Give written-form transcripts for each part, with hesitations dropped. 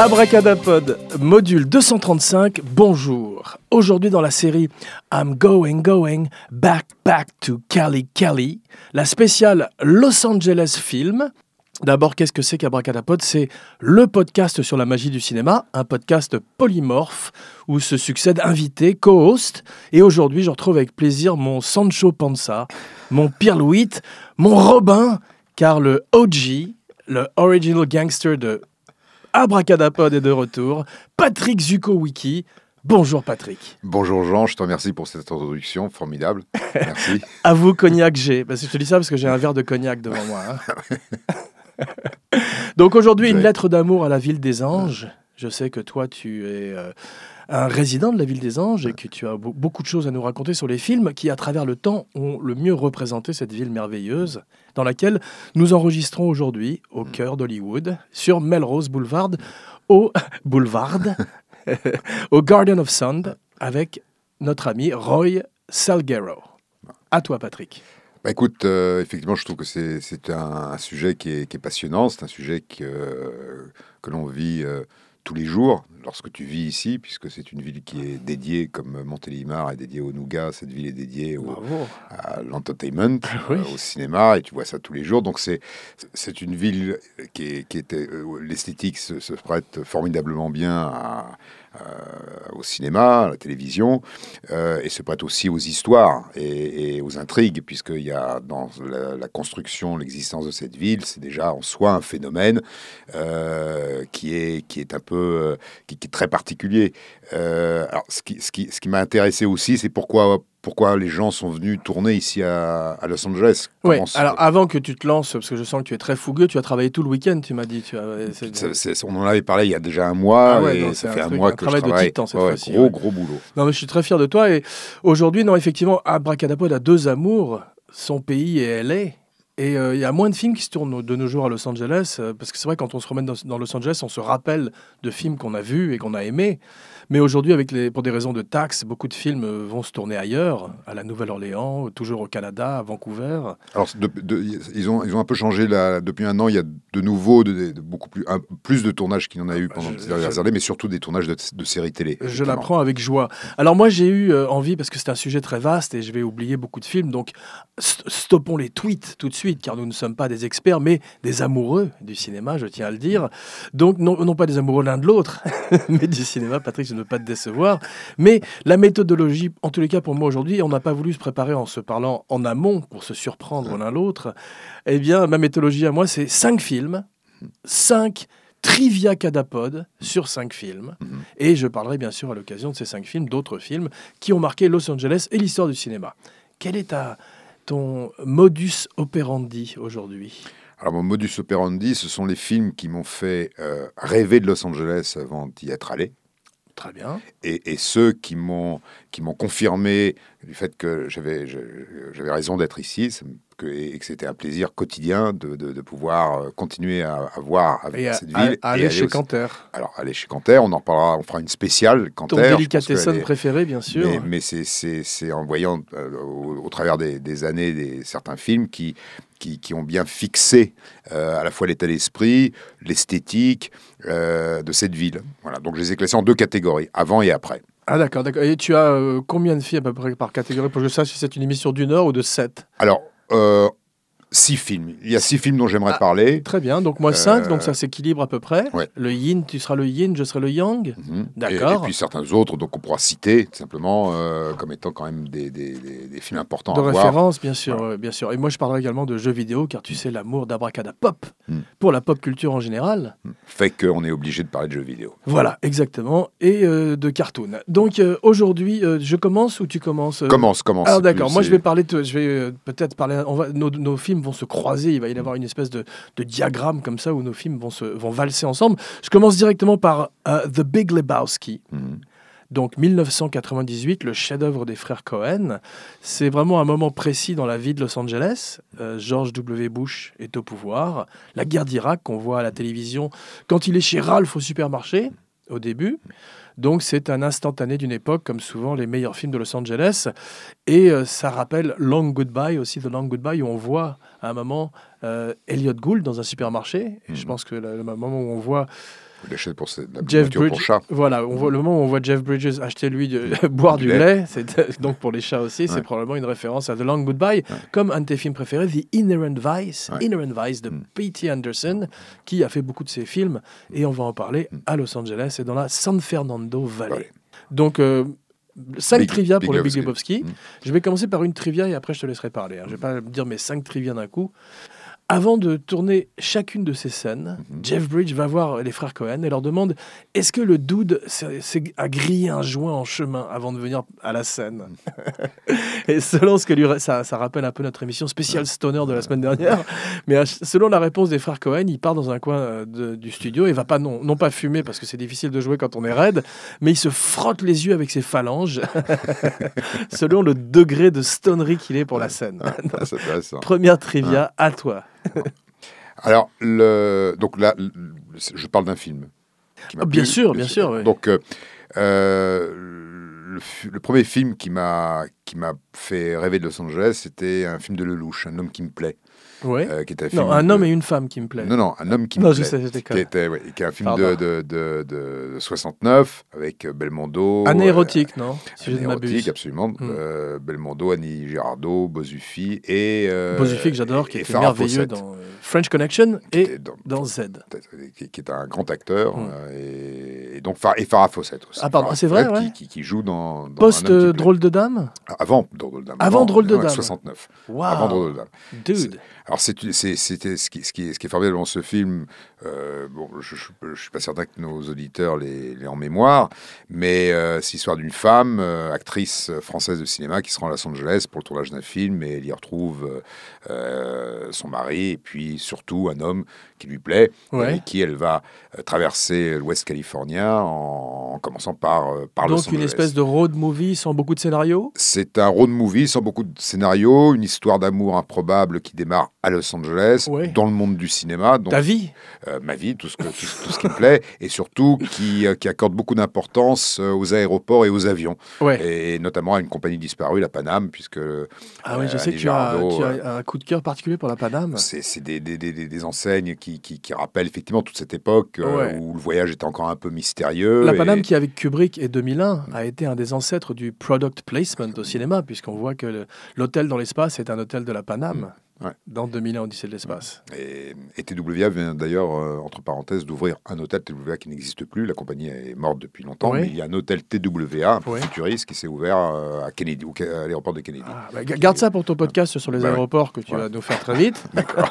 Abracadapod, module 235, bonjour. Aujourd'hui dans la série I'm going, back to Cali, la spéciale Los Angeles Film. D'abord, qu'est-ce que c'est qu'Abracadapod ? C'est le podcast sur la magie du cinéma, un podcast polymorphe où se succèdent invités, co-hosts. Et aujourd'hui, je retrouve avec plaisir mon Sancho Panza, mon Pierre Louis, mon Robin, car le OG, le Original Gangster de Abracadapod est de retour, Patrick Zuko-Wiki. Bonjour Patrick. Bonjour Jean, je te remercie pour cette introduction formidable. Merci. À vous, cognac G. Parce que je te dis ça parce que j'ai un verre de cognac devant moi. Donc aujourd'hui, une lettre d'amour à la ville des anges. Je sais que toi, tu es un résident de la ville des anges et que tu as beaucoup de choses à nous raconter sur les films qui, à travers le temps, ont le mieux représenté cette ville merveilleuse dans laquelle nous enregistrons aujourd'hui, au cœur d'Hollywood, sur Melrose Boulevard, au Garden of Sound, avec notre ami Roy Salguero. À toi, Patrick. Bah écoute, effectivement, je trouve que c'est un sujet qui est passionnant. C'est un sujet que l'on vit tous les jours lorsque tu vis ici, puisque c'est une ville qui est dédiée, comme Montélimar est dédiée au nougat, cette ville est dédiée à l'entertainment, au cinéma, et tu vois ça tous les jours. Donc c'est une ville qui était l'esthétique se prête formidablement bien au cinéma, à la télévision, et se prête aussi aux histoires et aux intrigues, puisqu'il y a dans la construction, l'existence de cette ville, c'est déjà en soi un phénomène qui est un peu qui est très particulier. Alors, ce qui m'a intéressé aussi, c'est pourquoi les gens sont venus tourner ici à Los Angeles. Oui, alors avant que tu te lances, parce que je sens que tu es très fougueux, tu as travaillé tout le week-end, tu m'as dit. On en avait parlé il y a déjà un mois, et ça fait un mois que je travaille. De titan, cette fois-ci, gros boulot. Non, mais je suis très fier de toi. Et aujourd'hui, non, effectivement, Abracadapod a deux amours, son pays et LA. Et il y a moins de films qui se tournent de nos jours à Los Angeles, parce que c'est vrai, quand on se promène dans Los Angeles, on se rappelle de films qu'on a vus et qu'on a aimés. Mais aujourd'hui, pour des raisons de taxes, beaucoup de films vont se tourner ailleurs, à la Nouvelle-Orléans, toujours au Canada, à Vancouver. Alors, ils ont un peu changé depuis un an. Il y a de nouveau beaucoup plus de tournages qu'il y en a eu pendant ces dernières années, mais surtout des tournages de séries télé. Je l'apprends avec joie. Alors moi, j'ai eu envie, parce que c'est un sujet très vaste et je vais oublier beaucoup de films, donc stoppons les tweets tout de suite, car nous ne sommes pas des experts, mais des amoureux du cinéma, je tiens à le dire. Donc non pas des amoureux l'un de l'autre, mais du cinéma. Patrick, je ne veux pas te décevoir. Mais la méthodologie, en tous les cas pour moi aujourd'hui, on n'a pas voulu se préparer en se parlant en amont pour se surprendre l'un l'autre. Eh bien, ma méthodologie à moi, c'est 5 films, 5 trivia cadapodes sur 5 films. Et je parlerai bien sûr à l'occasion de ces 5 films, d'autres films qui ont marqué Los Angeles et l'histoire du cinéma. Quel est ton modus operandi aujourd'hui ? Alors, mon modus operandi, ce sont les films qui m'ont fait rêver de Los Angeles avant d'y être allé. Très bien. Et ceux qui m'ont confirmé du fait que j'avais raison d'être ici, et que c'était un plaisir quotidien de pouvoir continuer à voir avec cette ville. Aller chez Canter. Alors, aller chez Canter, on en parlera, on fera une spéciale Canter. Ton délicatessen préféré, bien sûr. Mais c'est en voyant au travers des années certains films qui ont bien fixé à la fois l'état d'esprit, l'esthétique de cette ville. Voilà, donc je les ai classés en 2 catégories, avant et après. Ah d'accord. Et tu as combien de films à peu près par catégorie pour que je sache si c'est une émission d'1 heure ou de 7 ? Alors, 6 films. Il y a 6 films dont j'aimerais parler. Très bien. Donc moi 5, donc ça s'équilibre à peu près. Ouais. Le yin, tu seras le yin, je serai le yang. D'accord. Et puis certains autres, donc on pourra citer simplement comme étant quand même des films importants de à voir. De référence, bien sûr, voilà. Bien sûr. Et moi je parlerai également de jeux vidéo, car tu sais l'amour d'Abracadapop pour la pop culture en général. Fait qu'on est obligé de parler de jeux vidéo. Voilà, exactement. Et de cartoon. Donc aujourd'hui, je commence ou tu commences Commence. Ah d'accord. Moi je vais peut-être parler. Nos films vont se croiser, il va y avoir une espèce de diagramme comme ça où nos films vont valser ensemble. Je commence directement par The Big Lebowski. Donc 1998, le chef-d'œuvre des frères Cohen. C'est vraiment un moment précis dans la vie de Los Angeles. George W. Bush est au pouvoir. La guerre d'Irak qu'on voit à la télévision quand il est chez Ralph au supermarché au début. Donc c'est un instantané d'une époque, comme souvent les meilleurs films de Los Angeles. Et ça rappelle Long Goodbye aussi, The Long Goodbye, où on voit à un moment Elliot Gould dans un supermarché. Et je pense que le moment où on voit Il achète pour la Jeff nourriture pour chat. Voilà, on voit, le moment où on voit Jeff Bridges acheter boire du lait, c'est donc pour les chats aussi, c'est probablement une référence à The Long Goodbye, comme un de tes films préférés, The Inherent Vice, de P.T. Anderson, qui a fait beaucoup de ses films, et on va en parler à Los Angeles et dans la San Fernando Valley. Donc, 5 trivia pour le Big Lebowski. Je vais commencer par une trivia et après je te laisserai parler. Je ne vais pas dire mes 5 trivia d'un coup. Avant de tourner chacune de ces scènes, Jeff Bridges va voir les frères Cohen et leur demande « Est-ce que le dude a grillé un joint en chemin avant de venir à la scène ?» Et selon ce que lui... Ça rappelle un peu notre émission spéciale Stoner de la semaine dernière, mais selon la réponse des frères Cohen, il part dans un coin du studio et va pas non pas fumer parce que c'est difficile de jouer quand on est raide, mais il se frotte les yeux avec ses phalanges selon le degré de stonerie qu'il est pour la scène. Première trivia, à toi. Alors, donc là, je parle d'un film. Bien sûr. Oui. Donc, le premier film qui m'a fait rêver de Los Angeles, c'était un film de Lelouch, Un homme qui me plaît. Ouais. Qui était un un homme et une femme qui me plaît. Non, Un homme qui me plaît. Je sais, j'étais qui est un film de 69 avec Belmondo. Année érotique, non si Année érotique, absolument. Belmondo, Annie Girardot, Bozuffi et... Bozuffi que j'adore, qui était merveilleux dans French Connection et dans Z. Qui est un grand acteur. Et donc Farrah Fawcett aussi. Ah pardon, c'est vrai, ouais. Qui joue dans Post-Drôle de Dame. Avant Drôle de Dame. Avant Drôle de Dame. 69. Wow. Avant Drôle de Dame. Dude. Alors, c'était ce qui est formidable dans ce film. Je suis pas certain que nos auditeurs l'aient en mémoire, mais c'est l'histoire d'une femme, actrice française de cinéma, qui se rend à Los Angeles pour le tournage d'un film, et elle y retrouve son mari, et puis surtout un homme qui lui plaît, avec qui elle va traverser l'Ouest californien en commençant par Los Angeles. Donc une espèce de road movie sans beaucoup de scénario. C'est un road movie sans beaucoup de scénario, une histoire d'amour improbable qui démarre à Los Angeles, dans le monde du cinéma. Donc, ta vie, ma vie, tout ce qui me plaît, et surtout qui accorde beaucoup d'importance aux aéroports et aux avions, et notamment à une compagnie disparue, la Pan Am, puisque je sais que tu as un coup de cœur particulier pour la Pan Am. C'est des enseignes qui rappellent effectivement toute cette époque où le voyage était encore un peu mystérieux. La Pan Am qui, avec Kubrick et 2001, a été un des ancêtres du product placement au cinéma, puisqu'on voit que l'hôtel dans l'espace est un hôtel de la Pan Am. Dans 2001 Odyssée de l'espace. Et TWA vient d'ailleurs, entre parenthèses, d'ouvrir un hôtel TWA qui n'existe plus. La compagnie est morte depuis longtemps, mais il y a un hôtel TWA, un peu futuriste, qui s'est ouvert à Kennedy, à l'aéroport de Kennedy. Garde ça pour ton podcast sur les aéroports que tu vas nous faire très vite. D'accord.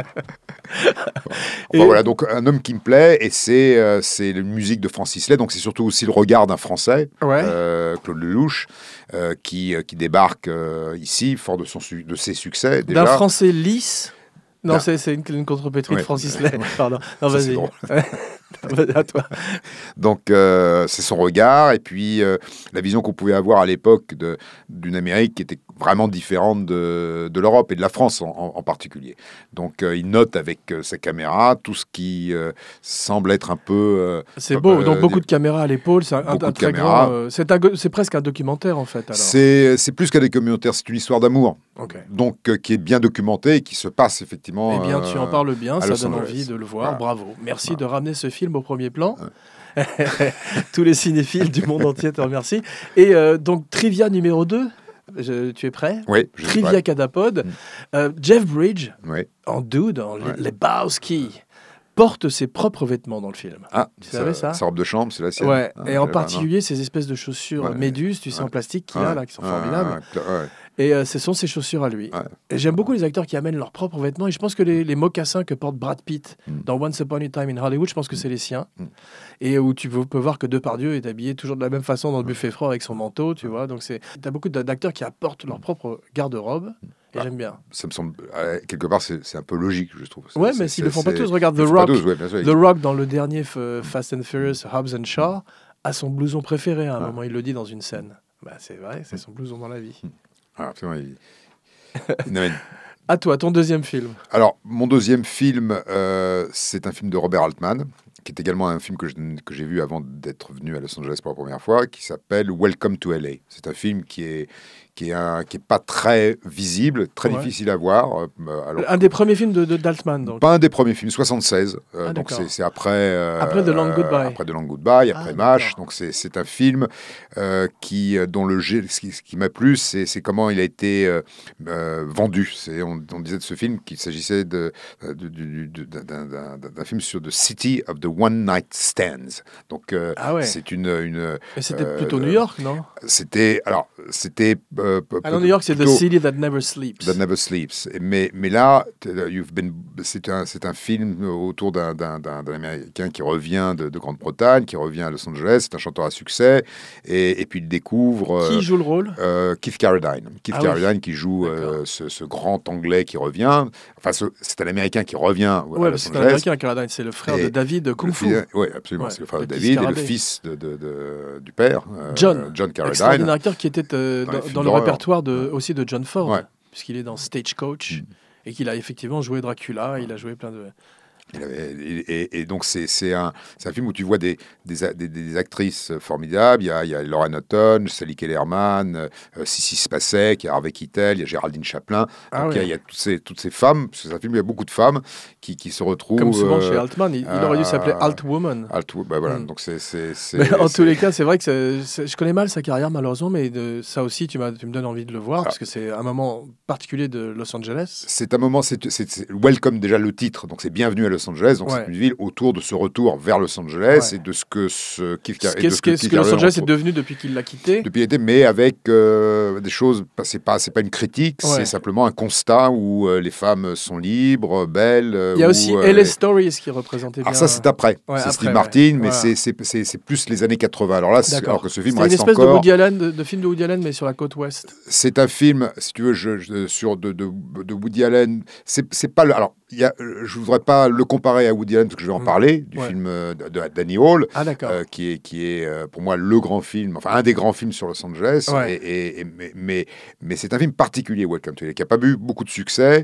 Voilà, donc Un homme qui me plaît, et c'est la musique de Francis Lay, donc c'est surtout aussi le regard d'un Français, Claude Lelouch, qui débarque ici, fort de ses succès. Déjà. D'un Français lisse. Non, c'est une contrepétrie de Francis Lay. Pardon. Non, vas-y. À toi. Donc, c'est son regard, et puis la vision qu'on pouvait avoir à l'époque d'une Amérique qui était vraiment différente de l'Europe et de la France en particulier. Donc, il note avec sa caméra tout ce qui semble être un peu... c'est beau, donc beaucoup de caméras à l'épaule, c'est un très grand... c'est presque un documentaire, en fait. C'est plus qu'un documentaire, c'est une histoire d'amour. Donc, qui est bien documentée et qui se passe effectivement... Eh bien, tu en parles bien, ça donne envie de le voir. Bravo. Merci de ramener ce film au premier plan. Tous les cinéphiles du monde entier te remercient. Et donc, trivia numéro 2, tu es prêt? Oui. Trivia Cadapod. Jeff Bridges, en Dude, Lebowski, porte ses propres vêtements dans le film. Tu savais ça? Sa robe de chambre, c'est la sienne. Et en particulier, ces espèces de chaussures méduses, tu sais, en plastique qu'il a là, qui sont formidables. Et ce sont ses chaussures à lui. Et j'aime beaucoup les acteurs qui amènent leurs propres vêtements. Et je pense que les mocassins que porte Brad Pitt dans Once Upon a Time in Hollywood, je pense que c'est les siens. Et où tu peux voir que Depardieu est habillé toujours de la même façon dans le buffet froid avec son manteau, tu vois. Donc tu as beaucoup d'acteurs qui apportent leur propre garde-robe. Et j'aime bien. Ça me semble, quelque part, c'est un peu logique, je trouve. Mais s'ils le font pas tous, regarde The Rock. The Rock, dans le dernier Fast and Furious, Hobbs and Shaw, a son blouson préféré. À un moment, il le dit dans une scène. C'est vrai, c'est son blouson dans la vie. À toi, ton deuxième film. Alors, mon deuxième film, c'est un film de Robert Altman, qui est également un film que j'ai vu avant d'être venu à Los Angeles pour la première fois, qui s'appelle Welcome to LA. C'est un film qui est qui est pas très visible, très difficile à voir. Un des premiers films d'Altman, donc. Pas un des premiers films, 76. Donc c'est après. Après The Long Goodbye. Après The Long Goodbye, après MASH. Donc c'est un film dont ce qui m'a plu, c'est comment il a été vendu. On disait de ce film qu'il s'agissait d'un film sur The City of the One Night Stands. Donc c'est une. Et c'était plutôt New York, non? C'était New York, c'est The City That Never Sleeps. That Never Sleeps. Mais là, c'est un film autour d'un Américain qui revient de Grande-Bretagne, qui revient à Los Angeles. C'est un chanteur à succès. Et puis il découvre... Qui joue le rôle? Keith Carradine. Carradine qui joue ce grand Anglais qui revient. Enfin, c'est un Américain qui revient à Los Angeles. C'est un Américain, Carradine. C'est le frère de David de Kung Fu. Oui, absolument. C'est le frère de David et le fils du père, John Carradine. Extraordinaire acteur qui était dans le répertoire aussi de John Ford, puisqu'il est dans Stagecoach et qu'il a effectivement joué Dracula. Il a joué plein de... Et donc c'est un film où tu vois des actrices formidables. Il y a Laura Houghton, Sally Kellerman, Sissy Spacek, il y a Harvey Keitel, il y a Géraldine Chaplin. Il y a toutes ces femmes, parce que c'est un film où il y a beaucoup de femmes qui se retrouvent. Comme souvent chez Altman, il aurait dû s'appeler Altwoman. Voilà. Donc en tous les cas, c'est vrai que je connais mal sa carrière malheureusement, mais ça aussi tu me donnes envie de le voir parce que c'est un moment particulier de Los Angeles. C'est un moment, c'est Welcome déjà le titre, donc c'est Bienvenue à Los Angeles, donc c'est une ville autour de ce retour vers Los Angeles et de ce que Los Angeles est devenu depuis qu'il l'a quitté. Mais avec des choses, c'est pas une critique, c'est simplement un constat où les femmes sont libres, belles. Il y a aussi LA Stories qui représentait bien. Alors ça c'est après, c'est Steve Martin, mais c'est plus les années 80. Alors là, alors que ce film reste encore... C'est une espèce de Woody Allen, de film de Woody Allen, mais sur la côte ouest. C'est un film, si tu veux, de Woody Allen. C'est pas alors. Je voudrais pas le comparer à Woody Allen parce que je vais en parler du film de Danny Hall, qui est pour moi le grand film, enfin un des grands films sur Los Angeles. Mais c'est un film particulier, Welcome to LA, qui a pas eu beaucoup de succès,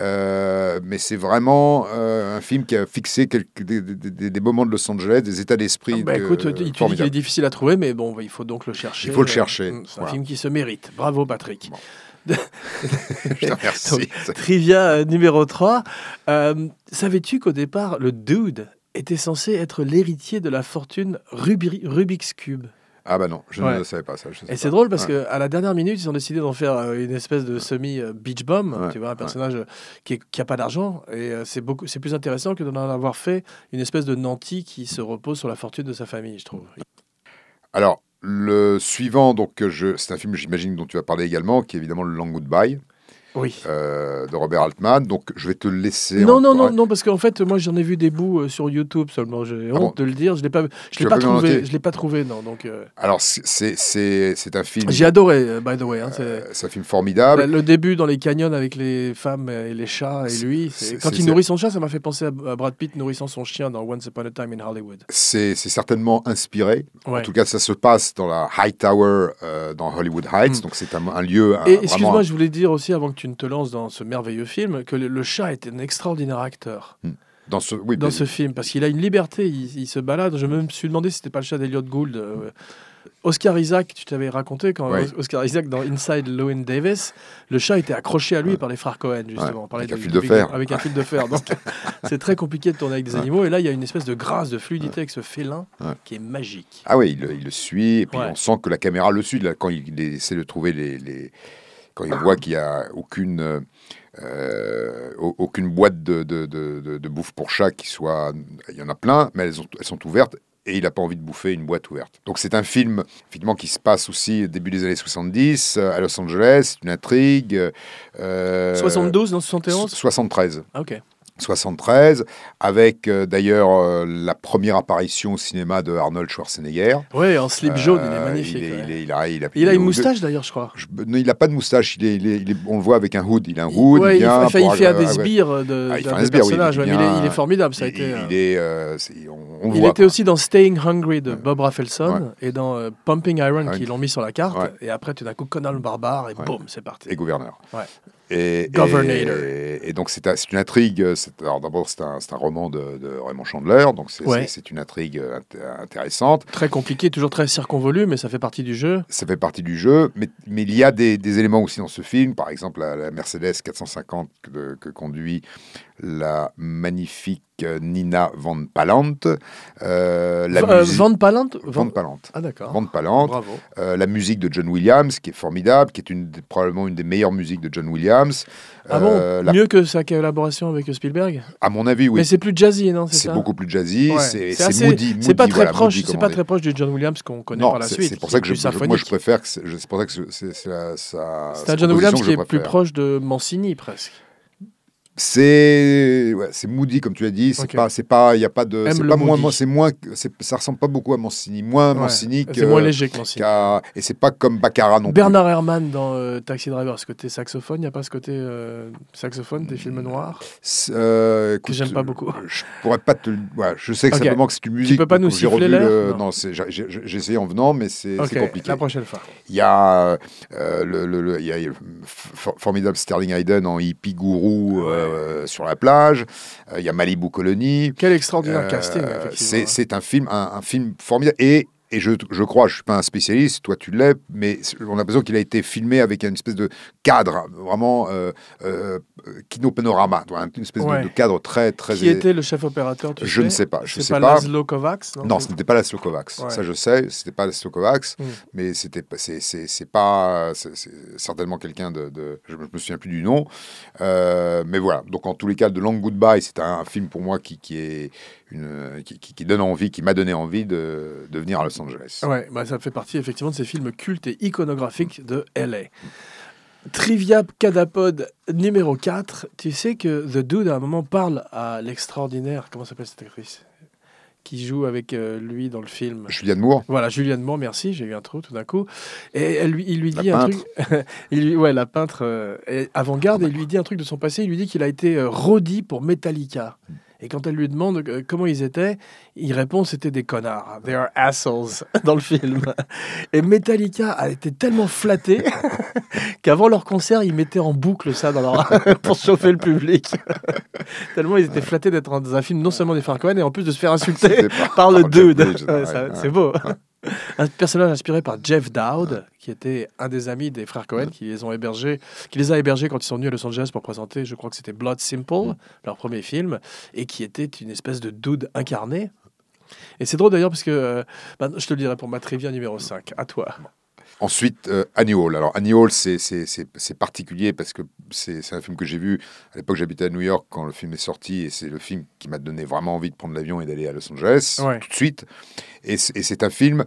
mais c'est vraiment un film qui a fixé des moments de Los Angeles, des états d'esprit. Écoute, tu dis qu'il est difficile à trouver, mais bon, il faut donc le chercher. Il faut le chercher. C'est un film qui se mérite. Bravo, Patrick. Bon. Je te remercie. Donc, trivia numéro 3. Savais-tu qu'au départ, le Dude était censé être l'héritier de la fortune Rubik's Cube? Ah bah non, je ne savais pas ça. Et c'est drôle parce qu'à la dernière minute, ils ont décidé d'en faire une espèce de semi-beach bum, tu vois, un personnage qui n'a pas d'argent. Et c'est plus intéressant que d'en avoir fait une espèce de nanti qui se repose sur la fortune de sa famille, je trouve. Alors, le suivant, c'est un film, j'imagine, dont tu vas parler également, qui est évidemment Le Long Goodbye. Oui. De Robert Altman. Donc, je vais te le laisser. Non, parce qu'en fait, moi, j'en ai vu des bouts sur YouTube seulement. J'ai honte de le dire. Je l'ai pas trouvé, non. Donc. Alors, c'est un film. J'ai adoré, by the way. C'est un film formidable. Le début dans les canyons avec les femmes et les chats et lui. Quand il nourrit son chat, ça m'a fait penser à Brad Pitt nourrissant son chien dans Once Upon a Time in Hollywood. C'est certainement inspiré. En tout cas, ça se passe dans la High Tower dans Hollywood Heights. Donc, c'est un lieu. Et excuse-moi, je voulais dire aussi avant que tu ne te lances dans ce merveilleux film, que le chat est un extraordinaire acteur. Dans ce film, parce qu'il a une liberté, il se balade. Je me suis demandé si c'était pas le chat d'Elliot Gould. Oscar Isaac, tu t'avais raconté quand Oscar Isaac dans Inside Llewyn Davis, le chat était accroché à lui par les frères Cohen, justement. Avec un fil de fer. Avec un fil de fer. Donc, c'est très compliqué de tourner avec des animaux. Et là, il y a une espèce de grâce, de fluidité avec ce félin qui est magique. Ah oui, il le suit. Et puis, on sent que la caméra le suit. Là, quand il essaie de trouver quand il voit qu'il n'y a aucune boîte de bouffe pour chat il y en a plein, mais elles sont ouvertes et il n'a pas envie de bouffer une boîte ouverte. Donc c'est un film effectivement qui se passe aussi au début des années 70 à Los Angeles, une intrigue. 72 dans 71 73. Ok. 73, avec d'ailleurs la première apparition au cinéma de Arnold Schwarzenegger. Oui, en slip jaune, il est magnifique. Il a une moustache d'ailleurs, je crois. Non, il n'a pas de moustache, on le voit avec un hood. Il a un hood. Il fait des sbires de personnage, mais il est formidable. Ça a été. Il était aussi dans Staying Hungry de Bob Rafelson et dans Pumping Iron qui l'ont mis sur la carte. Et après, tout d'un coup, Conan le Barbare et boum, c'est parti. Et Gouverneur. Governator. Et donc c'est une intrigue. Alors d'abord c'est un roman de Raymond Chandler, donc c'est une intrigue intéressante. Très compliqué, toujours très circonvolu, mais ça fait partie du jeu. Ça fait partie du jeu, mais il y a des éléments aussi dans ce film, par exemple la Mercedes 450 que conduit la magnifique Nina Van Palant. Van Palant Van Palant. Ah d'accord. Van Palant. Bravo. La musique de John Williams, qui est formidable, qui est probablement une des meilleures musiques de John Williams. Ah bon, mieux que sa collaboration avec Spielberg? À mon avis, oui. Mais c'est plus jazzy, non? C'est beaucoup plus jazzy, ouais. c'est moody. C'est pas très proche, c'est pas très proche du John Williams qu'on connaît par la suite. C'est pour ça que moi je préfère que c'est pour ça que c'est un John Williams qui est plus proche de Mancini presque. C'est moody comme tu l'as dit. C'est pas, il y a pas de. Ça ressemble pas beaucoup à Mancini. Mancini que. C'est moins léger que Mancini. Et c'est pas comme Baccarat non plus. Bernard Herrmann dans Taxi Driver, ce côté saxophone, il n'y a pas ce côté saxophone des films noirs que j'aime pas beaucoup. Je pourrais pas te. Je sais que simplement que c'est une musique. Tu peux pas nous siffler l'air? Non, j'ai essayé en venant, mais c'est compliqué. La prochaine fois. Il y a le formidable Sterling Hayden en hippie gourou. Sur la plage, il y a Malibu Colony. Quel extraordinaire casting. C'est un film formidable. Et je crois, je ne suis pas un spécialiste, toi tu l'es, mais on a l'impression qu'il a été filmé avec une espèce de cadre, vraiment Kino Panorama, une espèce de cadre très... Qui était le chef opérateur, Je ne sais pas. C'est pas Laszlo Kovacs, non? Non, ce n'était pas Laszlo Kovacs. Ça, je sais, ce n'était pas Laszlo Kovacs, mais c'est certainement quelqu'un je ne me souviens plus du nom. Mais voilà, donc en tous les cas, The Long Goodbye, c'est un film pour moi qui donne envie, qui m'a donné envie de venir à Los Angeles. Ouais, ça fait partie effectivement de ces films cultes et iconographiques de LA. Trivia Cadapod numéro 4. Tu sais que The Dude à un moment parle à l'extraordinaire, comment s'appelle cette actrice qui joue avec lui dans le film? Julianne Moore. Voilà, Julianne Moore, merci, j'ai eu un trou tout d'un coup. Et il lui dit un truc. La peintre avant-garde, et il lui dit un truc de son passé. Il lui dit qu'il a été roadie pour Metallica. Et quand elle lui demande comment ils étaient, il répond c'était des connards. They are assholes dans le film. Et Metallica a été tellement flatté qu'avant leur concert, ils mettaient en boucle ça pour chauffer le public. Tellement ils étaient flattés d'être dans un film non seulement des frères Cohen, et en plus de se faire insulter par le dude. C'est beau. Un personnage inspiré par Jeff Dowd, qui était un des amis des frères Cohen, qui les a hébergés quand ils sont venus à Los Angeles pour présenter, je crois que c'était Blood Simple, leur premier film, et qui était une espèce de dude incarné. Et c'est drôle d'ailleurs parce que, je te le dirai pour ma trivia numéro 5, à toi. Ensuite, Annie Hall. Alors, Annie Hall, c'est particulier parce que c'est un film que j'ai vu à l'époque. J'habitais à New York quand le film est sorti, et c'est le film qui m'a donné vraiment envie de prendre l'avion et d'aller à Los Angeles tout de suite. Et c'est un film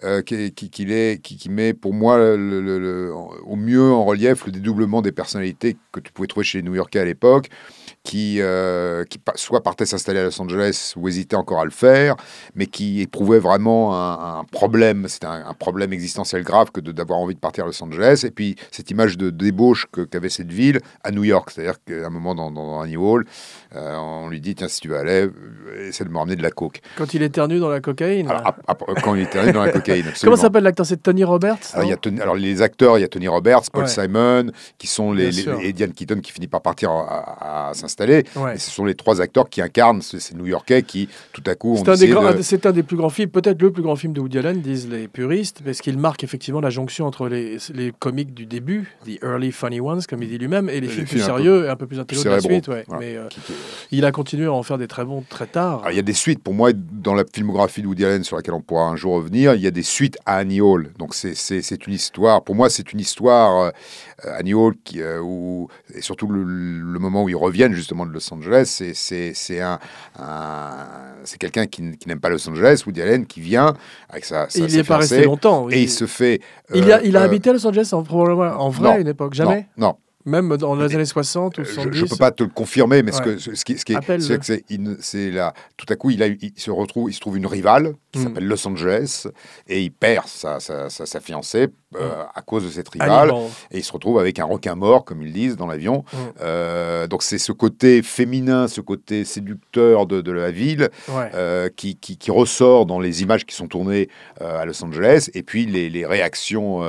qui met pour moi au mieux en relief le dédoublement des personnalités que tu pouvais trouver chez les New-Yorkais à l'époque, qui soit partaient s'installer à Los Angeles ou hésitaient encore à le faire, mais qui éprouvaient vraiment un problème. C'était un problème existentiel grave que d'avoir envie de partir à Los Angeles. Et puis cette image de débauche qu'avait cette ville à New York. C'est-à-dire qu'à un moment dans Annie Hall, on lui dit tiens, si tu veux aller, essaie de me ramener de la coke. Quand il éternue dans la cocaïne. Quand il éternue dans la cocaïne, absolument. Comment s'appelle l'acteur? C'est Tony Roberts? Alors les acteurs, il y a Tony Roberts, Paul Simon, qui sont et Diane Keaton qui finit par partir à s'installer. Et ce sont les trois acteurs qui incarnent ces New-Yorkais qui, tout à coup, c'est un des plus grands films, peut-être le plus grand film de Woody Allen, disent les puristes, parce qu'il marque effectivement la jonction entre les comiques du début, the early funny ones, comme il dit lui-même, et les films plus sérieux et un peu plus intelligents de la suite. Mais il a continué à en faire des très bons très tard. Alors, il y a des suites, pour moi, dans la filmographie de Woody Allen, sur laquelle on pourra un jour revenir, il y a des suites à Annie Hall. Donc c'est une histoire, pour moi, c'est une histoire, Annie Hall, et surtout le moment où ils reviennent justement de Los Angeles, c'est quelqu'un qui n'aime pas Los Angeles, Woody Allen, qui vient avec sa il n'y est pas resté longtemps. Et il se fait... il a habité à Los Angeles probablement en vrai à une époque, jamais? Non. Même dans les années 60 ou 70. Je ne peux pas te le confirmer, mais ce qui est, c'est là, tout à coup, il se trouve une rivale qui s'appelle Los Angeles, et il perd sa fiancée à cause de cette rivale. Aliment. Et il se retrouve avec un requin mort, comme ils disent, dans l'avion. Donc c'est ce côté féminin, ce côté séducteur de la ville qui ressort dans les images qui sont tournées à Los Angeles. Et puis les réactions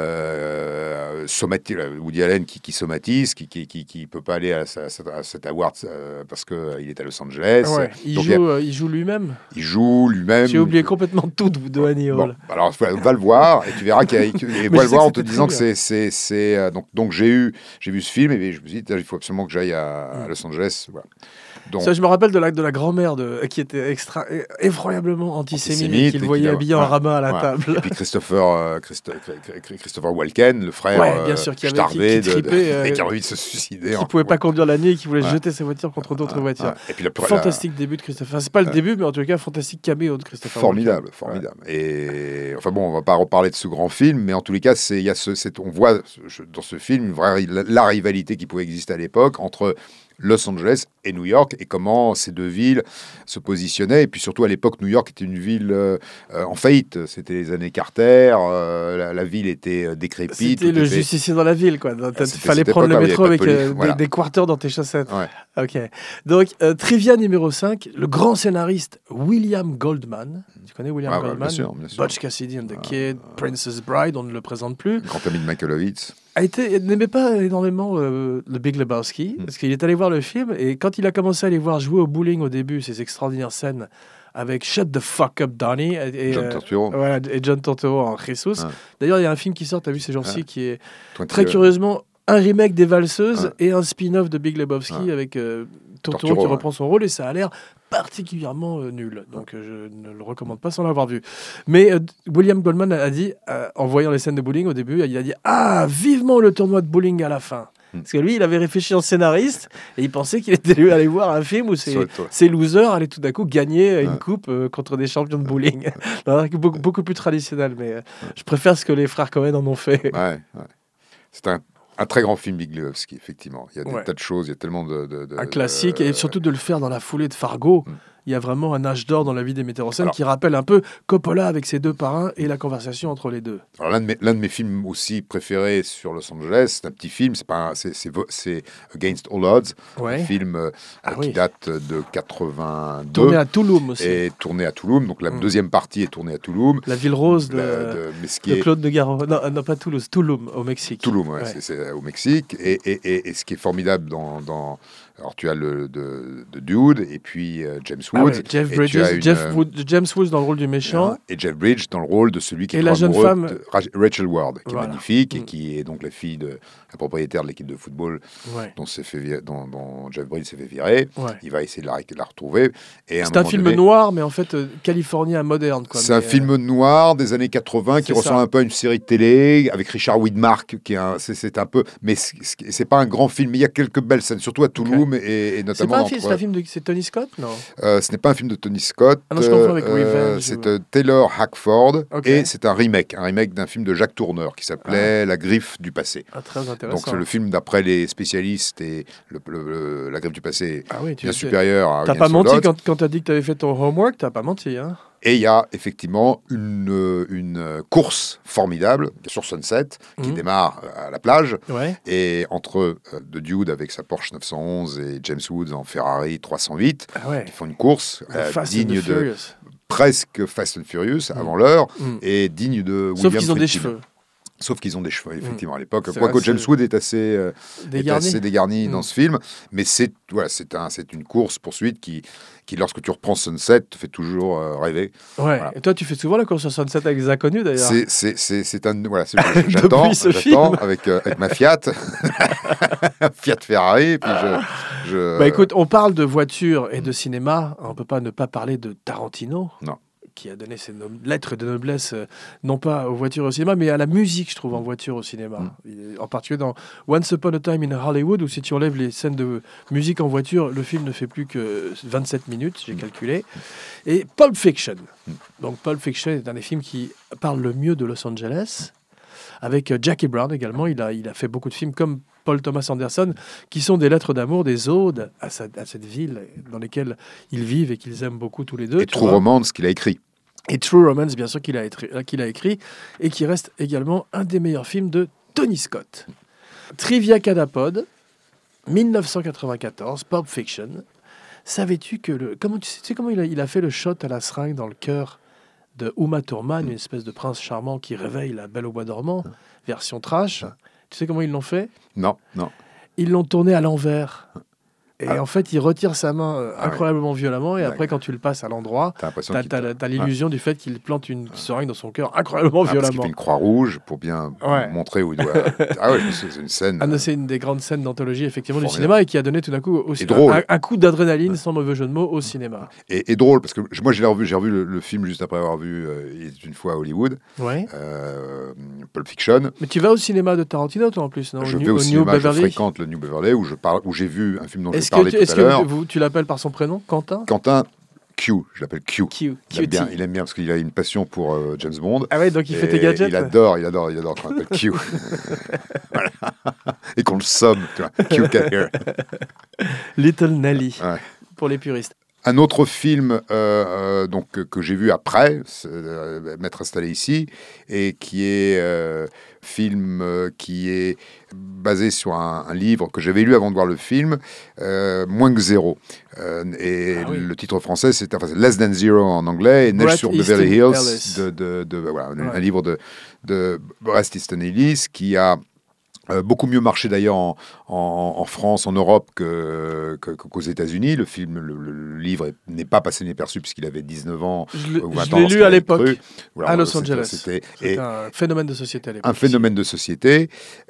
somatiques. Woody Allen qui somatise, qui peut pas aller à cet award parce qu'il est à Los Angeles. Ouais. Il joue lui-même. Il joue lui-même. J'ai oublié complètement tout de Annie Hall. Bon, alors va le voir et tu verras va le voir en te disant que c'est donc j'ai vu ce film et je me suis dit il faut absolument que j'aille à Los Angeles. Voilà. Donc, ça, je me rappelle de la grand-mère qui était effroyablement antisémite, qu'il voyait habillé en rabbin à la table. Et puis Christopher Walken, le frère bien sûr, qui tripait, et qui a envie de se suicider. Qui ne pouvait pas conduire la nuit et qui voulait jeter sa voiture contre d'autres voitures. Et puis fantastique début de Christopher. Enfin, c'est pas le début, mais en tout cas, fantastique caméo de Christopher Walken. Formidable. Et enfin bon, on va pas reparler de ce grand film, mais en tous les cas, on voit dans ce film la rivalité qui pouvait exister à l'époque entre Los Angeles et New York, et comment ces deux villes se positionnaient. Et puis surtout, à l'époque, New York était une ville en faillite. C'était les années Carter, la ville était décrépite. C'était le justicier dans la ville, quoi. Il fallait prendre le métro avec des quarters dans tes chaussettes. Ouais. Ok. Donc, trivia numéro 5, le grand scénariste William Goldman. Tu connais William Goldman? Bien sûr. Butch Cassidy and the Kid, Princess Bride, on ne le présente plus. Grand ami de Michaelovitz. N'aimait pas énormément le Big Lebowski, parce qu'il est allé voir le film, et quand il a commencé à aller voir jouer au bowling au début, ces extraordinaires scènes avec Shut the Fuck Up Donnie et John Turturro en Jesus. D'ailleurs, il y a un film qui sort, tu as vu ces jours-ci, qui est très curieusement un remake des Valseuses et un spin-off de Big Lebowski avec Turturro qui reprend son rôle, et ça a l'air particulièrement nul. Donc je ne le recommande pas sans l'avoir vu. Mais William Goldman a dit, en voyant les scènes de bowling au début, il a dit « Ah, vivement le tournoi de bowling à la fin !» Parce que lui, il avait réfléchi en scénariste et il pensait qu'il était allé voir un film où ces losers allaient tout d'un coup gagner une coupe contre des champions de bowling. beaucoup plus traditionnel, mais je préfère ce que les frères Cohen en ont fait. Ouais. C'est un très grand film, Big Lebowski, effectivement. Il y a des tas de choses, il y a tellement un classique, et surtout de le faire dans la foulée de Fargo. Il y a vraiment un âge d'or dans la vie des metteurs en scène qui rappelle un peu Coppola avec ses deux parrains et la conversation entre les deux. Alors l'un de mes films aussi préférés sur Los Angeles, c'est un petit film, c'est Against All Odds, un film qui date de 82. Tourné à Tulum aussi. Et tourné à Tulum, donc la deuxième partie est tournée à Tulum. La ville rose de Claude de Garonne. Non, pas Toulouse, Tulum au Mexique. Tulum, c'est au Mexique. Et ce qui est formidable dans alors tu as de Dude et puis James Woods. Jeff Bridges, James Woods dans le rôle du méchant. Et Jeff Bridges dans le rôle de celui qui est la jeune femme de Rachel Ward, qui est magnifique et qui est donc la fille de la propriétaire de l'équipe de football dont Jeff Bridges s'est fait virer. Il va essayer de la retrouver. C'est un film noir, mais en fait californien moderne. C'est un film noir des années 80 qui ressemble un peu à une série de télé avec Richard Widmark, c'est un peu, mais c'est pas un grand film. Mais il y a quelques belles scènes, surtout à Toulouse. Et notamment c'est Tony Scott, non? Ce n'est pas un film de Tony Scott. Ah non, je confonds avec Revenge. C'est Taylor Hackford et c'est un remake d'un film de Jacques Tourneur qui s'appelait La Griffe du passé. Très intéressant. Donc c'est le film d'après les spécialistes et La Griffe du passé bien supérieur à. T'as pas menti quand t'as dit que t'avais fait ton homework, t'as pas menti, hein? Et il y a effectivement une course formidable sur Sunset qui démarre à la plage. Et entre The Dude avec sa Porsche 911 et James Woods en Ferrari 308, qui font une course digne de presque Fast and Furious avant l'heure et digne de William Friedkin. Sauf qu'ils ont des cheveux. Sauf qu'ils ont des cheveux, effectivement, à l'époque. Quoique James Woods est assez dégarni dans ce film. Mais c'est une course-poursuite qui, lorsque tu reprends Sunset, te fait toujours rêver. Et toi, tu fais souvent la course sur Sunset avec des inconnus, d'ailleurs. J'attends avec ma Fiat. Fiat Ferrari. Et puis écoute, on parle de voitures et de cinéma. On ne peut pas ne pas parler de Tarantino. Non. Qui a donné ses lettres de noblesse, non pas aux voitures au cinéma, mais à la musique, je trouve, en voiture au cinéma. En particulier dans Once Upon a Time in Hollywood, où si tu enlèves les scènes de musique en voiture, le film ne fait plus que 27 minutes, j'ai calculé. Et Pulp Fiction. Donc Pulp Fiction est un des films qui parle le mieux de Los Angeles, avec Jackie Brown également. Il a fait beaucoup de films comme Paul Thomas Anderson, qui sont des lettres d'amour, des odes à cette ville dans lesquelles ils vivent et qu'ils aiment beaucoup tous les deux. Et True Romance qu'il a écrit. Et True Romance, bien sûr, qu'il a écrit et qui reste également un des meilleurs films de Tony Scott. Trivia Cadapod, 1994, Pulp Fiction. Savais-tu que tu sais comment il a fait le shot à la seringue dans le cœur de Uma Thurman, une espèce de prince charmant qui réveille la Belle au bois dormant, version trash. Tu sais comment ils l'ont fait? Non. Ils l'ont tourné à l'envers. Et en fait, il retire sa main incroyablement violemment. Et après, quand tu le passes à l'endroit, t'as l'illusion du fait qu'il plante une seringue dans son cœur incroyablement violemment. Parce qu'il fait une croix rouge pour bien montrer où il doit... c'est une scène... C'est une des grandes scènes d'anthologie, effectivement, du cinéma et qui a donné tout d'un coup aussi un coup d'adrénaline, sans mauvais jeu de mots, au cinéma. Et drôle, parce que moi, j'ai revu le film juste après avoir vu Il était une fois à Hollywood, Pulp Fiction. Mais tu vas au cinéma de Tarantino, toi, en plus, non? Je vais au cinéma, je fréquente le New Beverly, où j'ai vu un film dont je parlais tout à l'heure. Est-ce que tu l'appelles par son prénom, Quentin? Quentin Q, je l'appelle Q. Il aime bien parce qu'il a une passion pour James Bond. Ah ouais, donc il fait tes gadgets. Il adore quand on l'appelle Q. Voilà. Et qu'on le somme, tu vois. Q can hear. Little Nelly, pour les puristes. Un autre film que j'ai vu après, m'être installé ici, et qui est film qui est basé sur un livre que j'avais lu avant de voir le film, Moins que zéro. Le titre français, c'est Less Than Zero en anglais, et Neige sur Beverly Hills, un livre de Bret Easton Ellis, qui a beaucoup mieux marché d'ailleurs en France, en Europe qu'aux États-Unis. Le livre n'est pas passé inaperçu puisqu'il avait 19 ans ou 20 ans. Je l'ai lu à l'époque à Los Angeles. C'était un phénomène de société à l'époque. Un phénomène de société.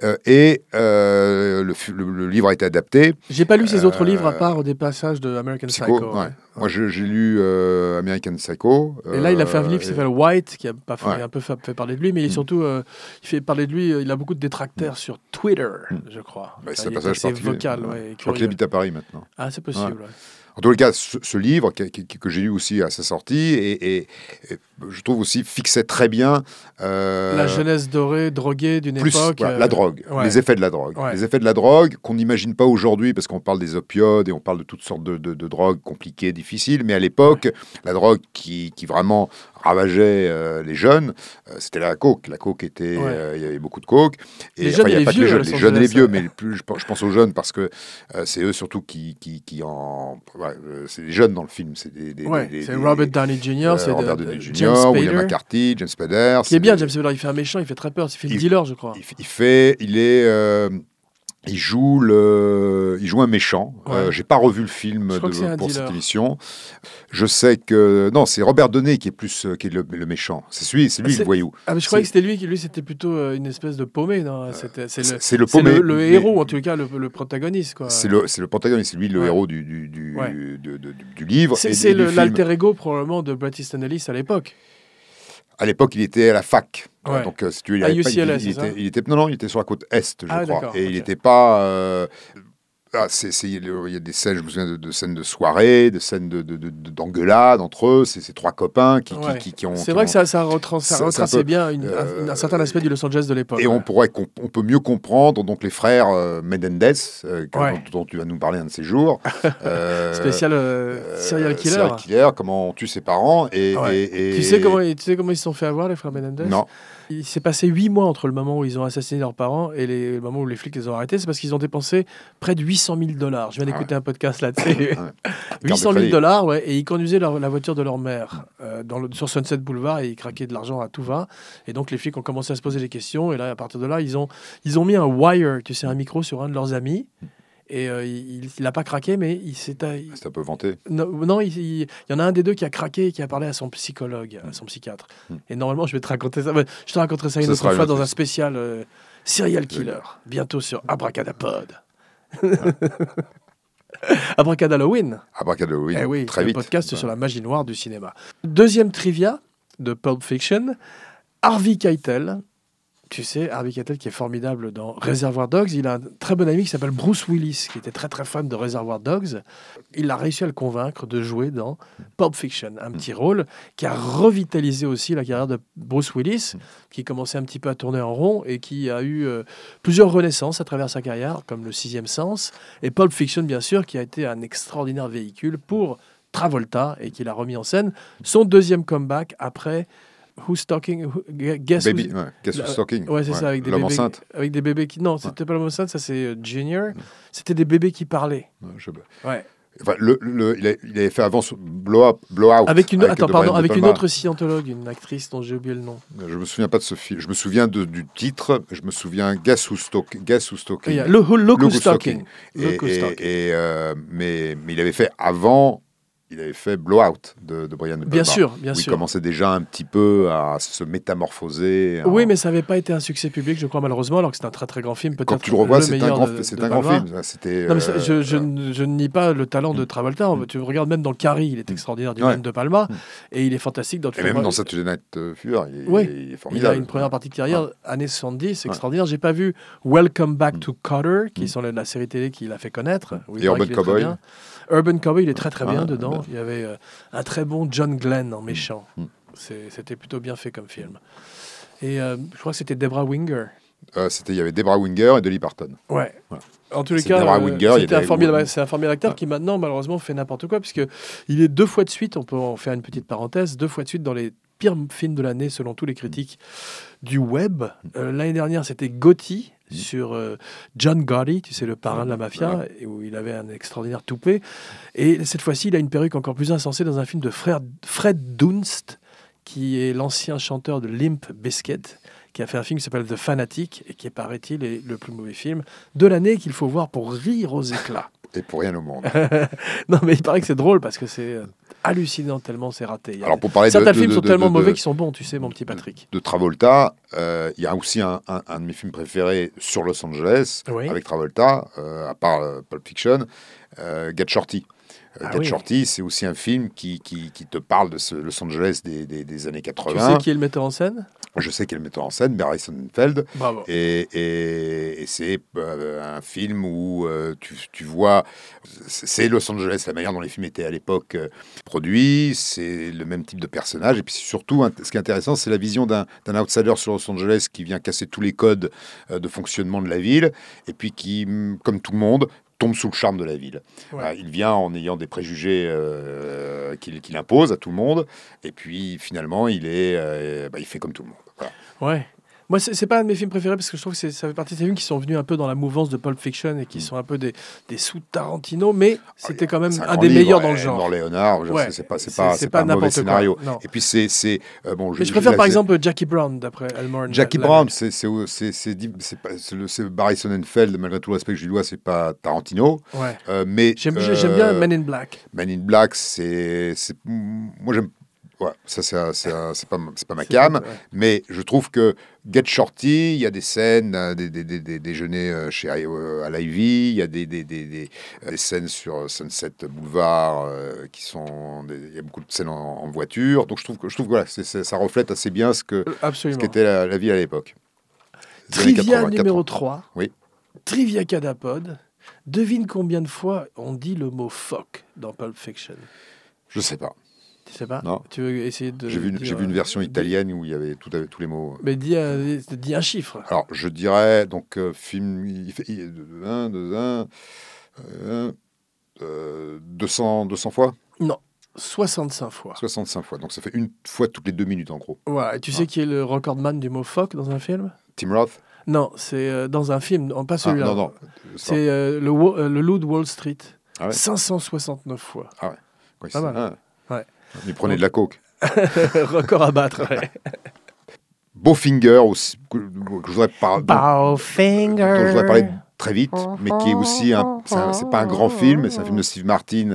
Le livre a été adapté. J'ai pas lu ses autres livres à part des passages de American Psycho. Moi, j'ai lu American Psycho. Et là, il a fait un livre qui s'appelle White, qui a pas fait, un peu fait parler de lui, mais surtout, il fait parler de lui. Il a beaucoup de détracteurs sur Twitter, je crois. C'est un passage particulier. Vocal, je crois qu'il habite à Paris maintenant. Ah, c'est possible. En tous les cas, ce livre que j'ai lu aussi à sa sortie, et je trouve aussi fixait très bien la jeunesse dorée, droguée d'une époque. La drogue, les effets de la drogue. Les effets de la drogue qu'on n'imagine pas aujourd'hui parce qu'on parle des opioïdes et on parle de toutes sortes de drogues compliquées, difficiles. Mais à l'époque, la drogue qui vraiment ravageait les jeunes, c'était la coke. La coke était... il y avait beaucoup de coke. Et, les jeunes et les vieux. Les jeunes et les vieux, mais je pense aux jeunes parce que c'est eux surtout qui en... c'est les jeunes dans le film. C'est c'est Robert Downey Jr., c'est Robert Downey Jr., William McCarthy, James Spader. Qui est bien, James Spader. Il fait un méchant, il fait très peur. Il fait le dealer, je crois. Il joue un méchant. J'ai pas revu le film pour cette émission. Je sais que non, c'est Robert Downey qui est le méchant. C'est lui le voyou. Ah mais je croyais que c'était lui c'était plutôt une espèce de paumé. Non, c'est le paumé. Le héros en tout cas, le protagoniste quoi. C'est le protagoniste, c'est lui le héros du livre. C'est l'alter ego probablement de Bret Easton Ellis à l'époque. À l'époque, il était à la fac. Donc, si tu veux, il était sur la côte Est, je crois. Et il n'était pas... il y a des scènes, je me souviens de scènes de soirée, de scènes d'engueulade entre eux, ces trois copains qui ont... C'est vrai que ça retraçait bien un certain aspect du Los Angeles de l'époque. Et on peut mieux comprendre donc les frères Menendez, dont tu vas nous parler un de ces jours. Spécial serial killer. Serial killer, comment on tue ses parents. Et tu sais comment ils se sont fait avoir, les frères Menendez? Non. Il s'est passé 8 mois entre le moment où ils ont assassiné leurs parents et le moment où les flics les ont arrêtés. C'est parce qu'ils ont dépensé près de $800 000. Je viens d'écouter un podcast là-dessus. $800 000, et ils conduisaient la voiture de leur mère sur Sunset Boulevard et ils craquaient de l'argent à tout va. Et donc les flics ont commencé à se poser des questions. Et là, à partir de là, ils ont mis un wire, tu sais, un micro sur un de leurs amis. Et il n'a pas craqué, mais c'est un peu vanté. Non, il y en a un des deux qui a craqué et qui a parlé à son psychologue, à son psychiatre. Et normalement, je vais te raconter ça. Je te raconterai ça une autre fois dans un spécial serial killer, bientôt sur Abracadapod. Abracadalloween. Abracadalloween, oui, très vite. Un podcast sur la magie noire du cinéma. Deuxième trivia de Pulp Fiction, Harvey Keitel. Tu sais, Harvey Keitel qui est formidable dans Reservoir Dogs. Il a un très bon ami qui s'appelle Bruce Willis, qui était très très fan de Reservoir Dogs. Il a réussi à le convaincre de jouer dans Pulp Fiction, un petit rôle qui a revitalisé aussi la carrière de Bruce Willis, qui commençait un petit peu à tourner en rond et qui a eu plusieurs renaissances à travers sa carrière, comme Le Sixième Sens, et Pulp Fiction, bien sûr, qui a été un extraordinaire véhicule pour Travolta et qu'il a remis en scène. Son deuxième comeback après Who's Talking, Guess Baby, Who's... Guess Who's Talking. Ouais, c'est ça, avec des L'homme bébés, enceinte. avec des bébés qui... Non, c'était pas l'homme enceinte, ça c'est Junior. C'était des bébés qui parlaient. Ouais. Enfin, il avait fait avant Blowout. Avec une Palma. autre scientologue, une actrice dont j'ai oublié le nom. Je me souviens pas de ce film. Je me souviens du titre. Je me souviens Guess Who's Talking. Look Who's Talking. Mais il avait fait avant. Il avait fait Blowout de Brian De Palma. Bien sûr. Il commençait déjà un petit peu à se métamorphoser. Oui, mais ça n'avait pas été un succès public, je crois, malheureusement, alors que c'est un très très grand film. Quand tu le revois, c'est un grand film. Non, mais je ne nie pas le talent de Travolta. Tu regardes même dans le Carré, il est extraordinaire du De Palma, et il est fantastique dans Et même dans Saturday Night Fever, il est formidable. Il a une première partie de carrière, années 70, c'est extraordinaire. J'ai pas vu Welcome Back to Kotter, qui sont la série télé qu'il a fait connaître. Et Urban Cowboy. Urban Cowboy, il est très très bien dedans. Il y avait un très bon John Glenn en méchant. C'était plutôt bien fait comme film. Et je crois que c'était Debra Winger. Il y avait Debra Winger et Dolly Parton. Ouais. Voilà. En tous les cas, c'est un formidable acteur qui maintenant, malheureusement, fait n'importe quoi, puisqu'il est 2 fois de suite, on peut en faire une petite parenthèse, 2 fois de suite dans les pires films de l'année, selon tous les critiques du web. L'année dernière, c'était Gotti, sur John Gotti, tu sais, le parrain de la mafia, où il avait un extraordinaire toupet. Et cette fois-ci, il a une perruque encore plus insensée dans un film de Fred Dunst, qui est l'ancien chanteur de Limp Bizkit, qui a fait un film qui s'appelle The Fanatic, et qui, paraît-il, est le plus mauvais film de l'année qu'il faut voir pour rire aux éclats. Et pour rien au monde. Non, mais il paraît que c'est drôle, parce que c'est hallucinant tellement c'est raté. Alors, pour parler certains films sont tellement mauvais qu'ils sont bons, tu sais, mon petit Patrick. De Travolta, il y a aussi un de mes films préférés sur Los Angeles, avec Travolta, à part Pulp Fiction, Get Shorty. Get Shorty, c'est aussi un film qui te parle de ce Los Angeles des années 80. Tu sais qui est le metteur en scène ? Je sais qui est le metteur en scène, Barry Sonnenfeld. Bravo. Et c'est un film où tu vois, c'est Los Angeles, la manière dont les films étaient à l'époque produits, c'est le même type de personnage. Et puis surtout, ce qui est intéressant, c'est la vision d'un outsider sur Los Angeles qui vient casser tous les codes de fonctionnement de la ville, et puis qui, comme tout le monde, tombe sous le charme de la ville. Ouais. Il vient en ayant des préjugés qu'il impose à tout le monde, et puis finalement, il fait comme tout le monde. Voilà. Ouais. Moi, c'est pas un de mes films préférés parce que je trouve que ça fait partie de ces films qui sont venus un peu dans la mouvance de Pulp Fiction et qui sont un peu des sous-Tarantino, mais c'était quand même un des meilleurs dans le genre. Edward Léonard, c'est pas un mauvais scénario. Et puis c'est bon. Mais je préfère par exemple Jackie Brown d'après Elmore. Jackie Brown, c'est Barry Sonnenfeld, malgré tout le respect que je lui dois, c'est pas Tarantino. Ouais. Mais j'aime bien Men in Black. Men in Black, moi j'aime. Ouais, ça c'est pas ma cam, mais je trouve que Get Shorty, il y a des scènes, des déjeuners à l'Ivy, il y a des scènes sur Sunset Boulevard il y a beaucoup de scènes en voiture, donc je trouve que voilà, ça reflète assez bien ce qu'était la vie à l'époque. Trivia numéro 3. Oui. Trivia Cadapod. Devine combien de fois on dit le mot fuck dans Pulp Fiction? Je sais pas. Tu sais pas? Non. Tu veux essayer de... J'ai vu une version italienne où il y avait tous les mots. Mais dis un chiffre. Alors, je dirais, donc, film... 200 fois? Non, 65 fois. 65 fois. Donc, ça fait une fois toutes les 2 minutes, en gros. Ouais. Et tu sais qui est le recordman du mot fuck dans un film? Tim Roth? Non, c'est dans un film, pas celui-là. Non. C'est le Loup de Wall Street. Ah ouais. 569 fois. Ah ouais. Oui, pas mal. Ouais. Il prenait de la coke. Record à battre, ouais. Bowfinger aussi, que je voudrais parler très vite, mais qui est aussi c'est pas un grand film, mais c'est un film de Steve Martin,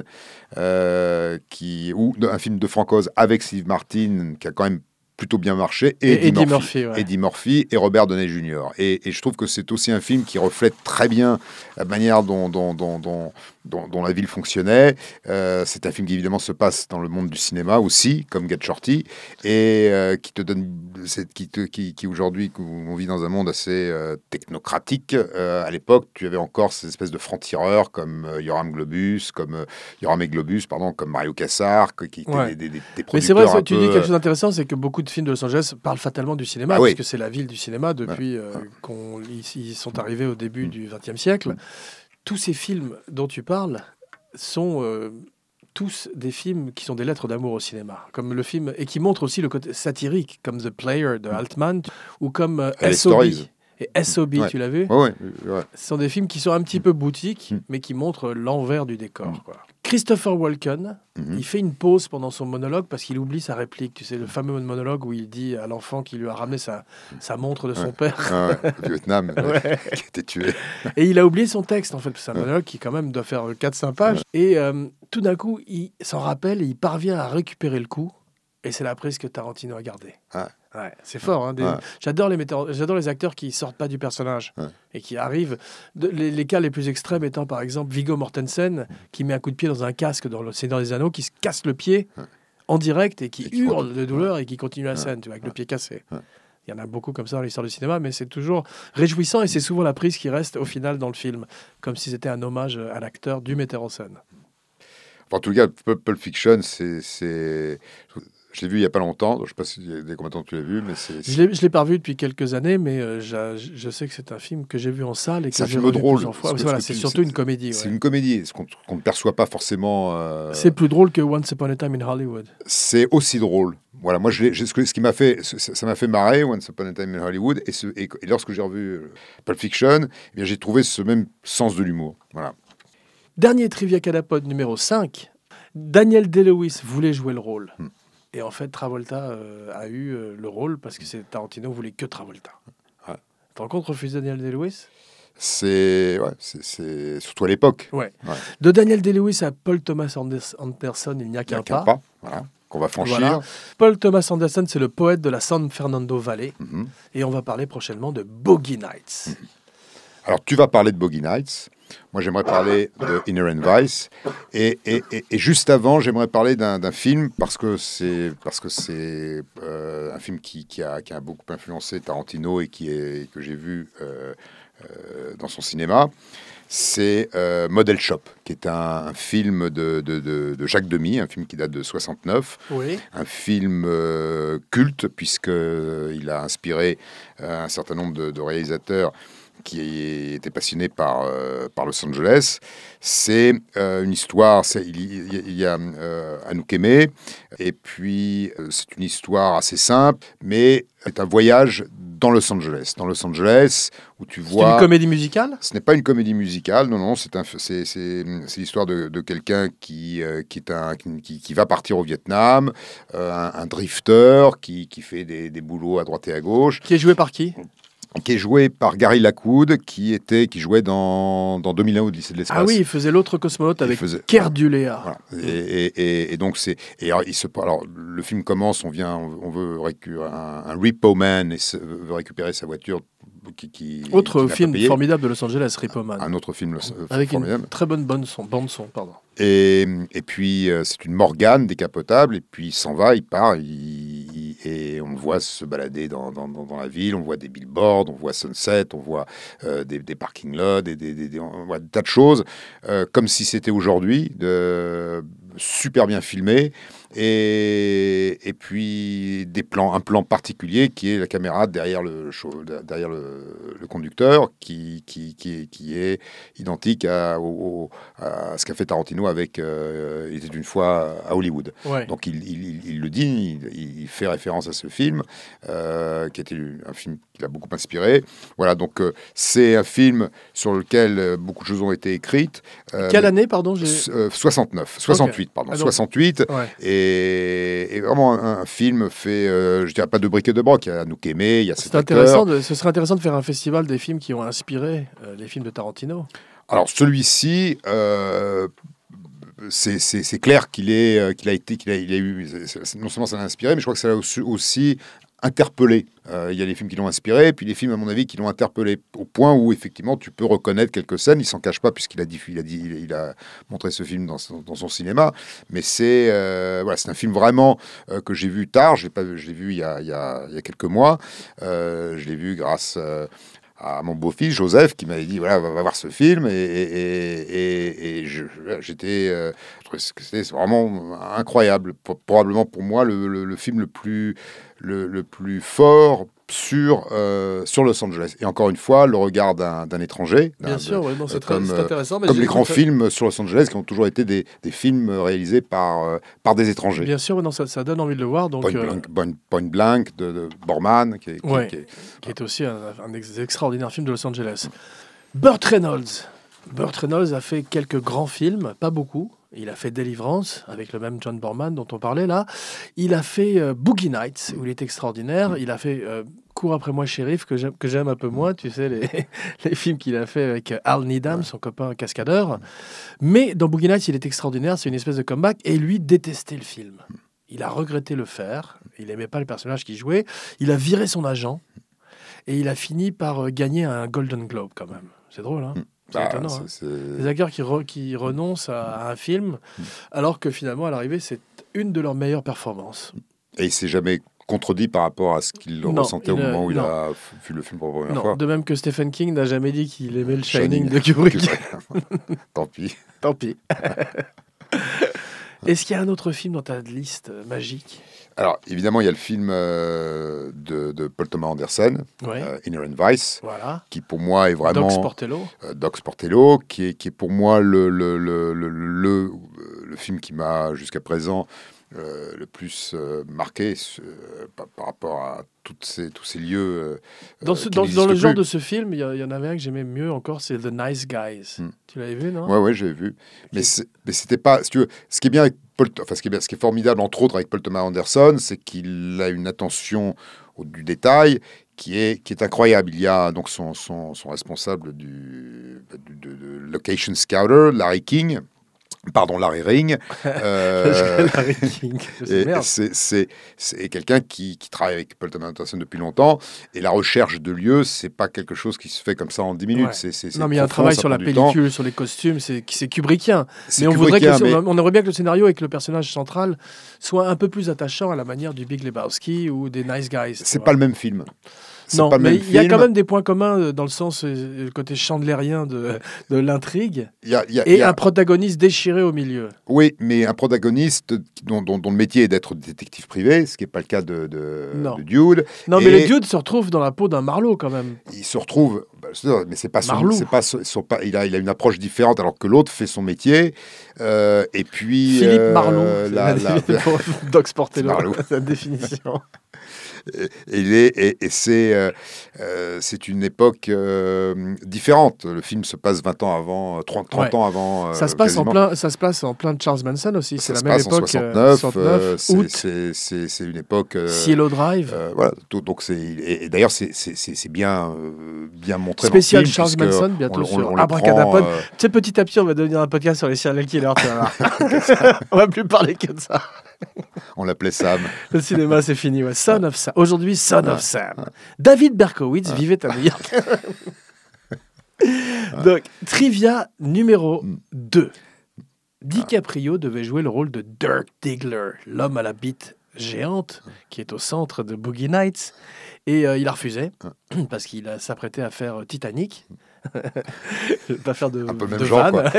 ou un film de Frank Oz avec Steve Martin, qui a quand même plutôt bien marché, et Eddie Murphy et Robert Downey Jr. Et je trouve que c'est aussi un film qui reflète très bien la manière dont la ville fonctionnait. C'est un film qui évidemment se passe dans le monde du cinéma aussi, comme Get Shorty, et qui te donne, qui aujourd'hui, on vit dans un monde assez technocratique. À l'époque, tu avais encore ces espèces de francs-tireurs comme Yoram et Globus, comme Mario Casar, qui étaient des producteurs. Mais c'est vrai, tu dis quelque chose d'intéressant, c'est que beaucoup de films de Los Angeles parlent fatalement du cinéma, parce que c'est la ville du cinéma depuis qu'ils sont arrivés au début du XXe siècle. Tous ces films dont tu parles sont tous des films qui sont des lettres d'amour au cinéma, comme le film, et qui montrent aussi le côté satirique, comme The Player de Altman, ou comme Les S.O.B. Stories. Et S.O.B., Ouais. tu l'as vu? Ouais. Ce sont des films qui sont un petit peu boutiques, Mm. mais qui montrent l'envers du décor. Quoi. Christopher Walken, Mhm. il fait une pause pendant son monologue parce qu'il oublie sa réplique. Tu sais, le fameux monologue où il dit à l'enfant qui lui a ramené sa montre de son père. Au Vietnam, Ouais. qui a été tué. Et il a oublié son texte, en fait. C'est un Ouais. monologue qui, quand même, doit faire 4-5 pages. Et tout d'un coup, il s'en rappelle et il parvient à récupérer le coup. Et c'est la prise que Tarantino a gardée. Ah. Ouais, c'est fort. Hein, Ouais. j'adore les acteurs qui sortent pas du personnage Ouais. et qui arrivent. Les cas les plus extrêmes étant, par exemple, Viggo Mortensen qui met un coup de pied dans un casque dans Le Seigneur des Anneaux, qui se casse le pied en direct et qui hurle continue. de douleur et qui continue la scène, tu vois, avec le pied cassé. Il y en a beaucoup comme ça dans l'histoire du cinéma, mais c'est toujours réjouissant et c'est souvent la prise qui reste au final dans le film, comme si c'était un hommage à l'acteur du metteur en scène. En tout cas, Pulp Fiction, je l'ai vu il n'y a pas longtemps. Je ne sais pas si combien de temps tu l'as vu, mais Je l'ai pas revu depuis quelques années, mais je sais que c'est un film que j'ai vu en salle et que c'est un j'ai film revu drôle. plusieurs fois. Voilà, c'est surtout une comédie. C'est Ouais. une comédie, ce qu'on ne perçoit pas forcément. C'est plus drôle que Once Upon a Time in Hollywood. C'est aussi drôle. Voilà, moi, ce qui m'a fait, ça m'a fait marrer, Once Upon a Time in Hollywood, et lorsque j'ai revu Pulp Fiction, eh bien, j'ai trouvé ce même sens de l'humour. Voilà. Dernier Trivia Cadapod numéro 5. Daniel Day-Lewis voulait jouer le rôle. Et en fait, Travolta a eu le rôle parce que Tarantino voulait que Travolta. Ouais. T'as encore refusé Daniel Day-Lewis? C'est surtout à l'époque. Ouais. De Daniel Day-Lewis à Paul Thomas Anderson, il n'y a qu'un pas. Voilà, qu'on va franchir. Voilà. Paul Thomas Anderson, c'est le poète de la San Fernando Valley. Mm-hmm. Et on va parler prochainement de Boogie Nights. Alors, tu vas parler de Boogie Nights. Moi, j'aimerais parler de Inherent Vice. Et juste avant, j'aimerais parler d'un film parce que c'est un film qui a beaucoup influencé Tarantino et que j'ai vu dans son cinéma. C'est Model Shop, qui est un film de Jacques Demy, un film qui date de 69. Oui. Un film culte, puisqu'il a inspiré un certain nombre de réalisateurs qui étaient passionnés par Los Angeles. C'est une histoire, il y a Anouk Aimée, et puis c'est une histoire assez simple, mais c'est un voyage dans Los Angeles. Dans Los Angeles, où tu vois... C'est une comédie musicale? Ce n'est pas une comédie musicale, non, c'est l'histoire de quelqu'un qui va partir au Vietnam, un drifter qui fait des boulots à droite et à gauche. Qui est joué par qui? Qui est joué par Gary Lacoud, qui jouait dans 2001 Odyssée de l'espace. Ah oui, il faisait l'autre cosmonaute avec Kerdulea. Voilà. Et donc alors le film commence, on veut récupérer un repo man et veut récupérer sa voiture autre film formidable de Los Angeles, Repo Man. Un autre film avec formidable. Une très bonne bande son, pardon. Et puis c'est une Morgane décapotable, et puis il s'en va, il part, et on le voit se balader dans la ville, on voit des billboards, on voit Sunset, on voit des parking lots, on voit des tas de choses, comme si c'était aujourd'hui, super bien filmé, et puis un plan particulier qui est la caméra derrière le conducteur, qui est identique à ce qu'a fait Tarantino avec Il était une fois à Hollywood. Ouais. Donc il le dit, il fait référence à ce film, qui était un film qui l'a beaucoup inspiré. Voilà, donc c'est un film sur lequel beaucoup de choses ont été écrites. Quelle année, pardon? 68, pardon. Ah, donc, 68. Ouais. Et vraiment un film fait, je dirais pas de briques et de broc, il y a Anouk Aimée, il y a cet acteur. Ce serait intéressant de faire un festival des films qui ont inspiré les films de Tarantino. Alors celui-ci, c'est clair qu'il a eu, non seulement ça l'a inspiré, mais je crois que ça l'a aussi interpellé. Il y a des films qui l'ont inspiré, puis des films, à mon avis, qui l'ont interpellé, au point où, effectivement, tu peux reconnaître quelques scènes. Il s'en cache pas, puisqu'il il a montré ce film dans son cinéma. Mais c'est un film vraiment que j'ai vu tard. Je l'ai vu il y a quelques mois. Je l'ai vu grâce à mon beau-fils Joseph, qui m'avait dit voilà, va voir ce film, et j'étais je trouvais que c'était vraiment incroyable, probablement pour moi le film le plus fort sur Los Angeles. Et encore une fois, le regard d'un étranger. Bien sûr, ouais, non, c'est intéressant. Mais comme les grands films sur Los Angeles qui ont toujours été des films réalisés par des étrangers. Bien sûr, ouais, non, ça donne envie de le voir. Donc, Point Blank de Borman, qui est aussi un des extraordinaires films de Los Angeles. Burt Reynolds. Burt Reynolds a fait quelques grands films, pas beaucoup. Il a fait Deliverance avec le même John Borman dont on parlait là. Il a fait Boogie Nights où il est extraordinaire. Il a fait Cours après moi, shérif, que j'aime un peu moins. Tu sais, les films qu'il a fait avec Al Needham, son copain cascadeur. Mais dans Boogie Nights, il est extraordinaire. C'est une espèce de comeback. Et lui détestait le film. Il a regretté le faire. Il n'aimait pas le personnage qu'il jouait. Il a viré son agent. Et il a fini par gagner un Golden Globe quand même. C'est drôle, hein? C'est étonnant. Des acteurs qui renoncent à un film, alors que finalement, à l'arrivée, c'est une de leurs meilleures performances. Et il ne s'est jamais contredit par rapport à ce qu'il ressentait au moment où il a vu le film pour la première fois. De même que Stephen King n'a jamais dit qu'il aimait le Shining de Kubrick. Tant pis. Tant pis. Est-ce qu'il y a un autre film dans ta liste magique ? Alors, évidemment, il y a le film de Paul Thomas Anderson, Inherent Vice, qui pour moi est vraiment... Doc Sportello, qui est pour moi le film qui m'a jusqu'à présent le plus marqué par rapport à tous ces lieux. Dans le genre de ce film, il y en avait un que j'aimais mieux encore, c'est The Nice Guys. Tu l'avais vu, non ? Ouais, j'ai vu. Mais c'était pas... Si tu veux, ce qui est bien avec ce qui est formidable, entre autres, avec Paul Thomas Anderson, c'est qu'il a une attention du détail qui est incroyable. Il y a donc son responsable de Location Scouter, Larry Ring. Larry King. C'est quelqu'un qui travaille avec Paul Thomas Anderson depuis longtemps. Et la recherche de lieux, c'est pas quelque chose qui se fait comme ça en 10 minutes. Non, mais il y a un travail sur la pellicule, sur les costumes. C'est kubrickien. Mais on aimerait bien que le scénario et que le personnage central soit un peu plus attachant à la manière du Big Lebowski ou des Nice Guys. C'est pas le même film. Non, mais il y a quand même des points communs dans le sens, le côté chandlerien de l'intrigue. Et un protagoniste déchiré au milieu. Oui, mais un protagoniste dont le métier est d'être détective privé, ce qui n'est pas le cas de Dude. Non, mais le Dude se retrouve dans la peau d'un Marlowe quand même. Il se retrouve, mais c'est pas il a une approche différente alors que l'autre fait son métier. Et puis Philippe Marlowe, Doc Sportello, sa définition. C'est une époque différente. Le film se passe 20 ans avant, 30 ans avant. Ça se passe en plein de Charles Manson aussi. C'est la même époque. 69, c'est une époque. Cielo Drive. Voilà. Donc et d'ailleurs c'est bien montré. Spécial dans le film, Charles Manson bientôt sur Abracadapod. Tu sais, petit à petit, on va devenir un podcast sur les serial killers. On va plus parler que de ça. On l'appelait Sam. Le cinéma, c'est fini. Son of Sam. Aujourd'hui, Son of Sam. David Berkowitz vivait à New York. Donc, trivia numéro 2. DiCaprio devait jouer le rôle de Dirk Diggler, l'homme à la bite géante qui est au centre de Boogie Nights. Et il a refusé parce qu'il s'apprêtait à faire Titanic. Je vais pas faire de vanne.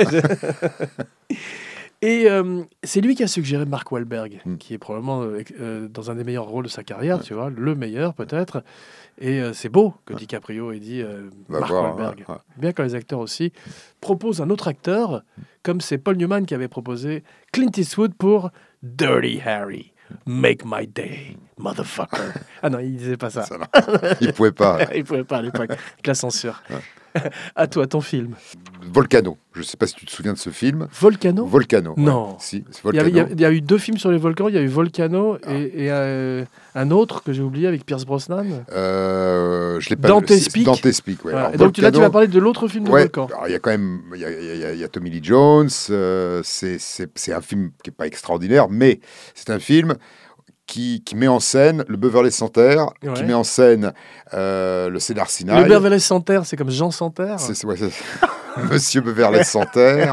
Et c'est lui qui a suggéré Mark Wahlberg, qui est probablement dans un des meilleurs rôles de sa carrière, tu vois, le meilleur peut-être. Et c'est beau que DiCaprio ait dit Mark Wahlberg. Bien quand les acteurs aussi proposent un autre acteur, comme c'est Paul Newman qui avait proposé Clint Eastwood pour Dirty Harry. Make my day, motherfucker. Ah non, il disait pas ça. Il pouvait pas. Il pouvait pas à l'époque, avec la censure. À toi, ton film. Volcano. Je ne sais pas si tu te souviens de ce film. Volcano. Non. Ouais. Si, Volcano. Il y a eu 2 films sur les volcans. Il y a eu Volcano et un autre que j'ai oublié avec Pierce Brosnan. Je l'ai pas. Dante Speak. Dante Speak, ouais. Alors, donc là, tu vas parler de l'autre film de volcan. Il y a quand même, il y a Tommy Lee Jones. C'est un film qui est pas extraordinaire, mais c'est un film qui met en scène le Beverly Center, qui met en scène le Cedar Sinai. Le Beverly Center, c'est comme Jean Santerre. Monsieur Beverly Center.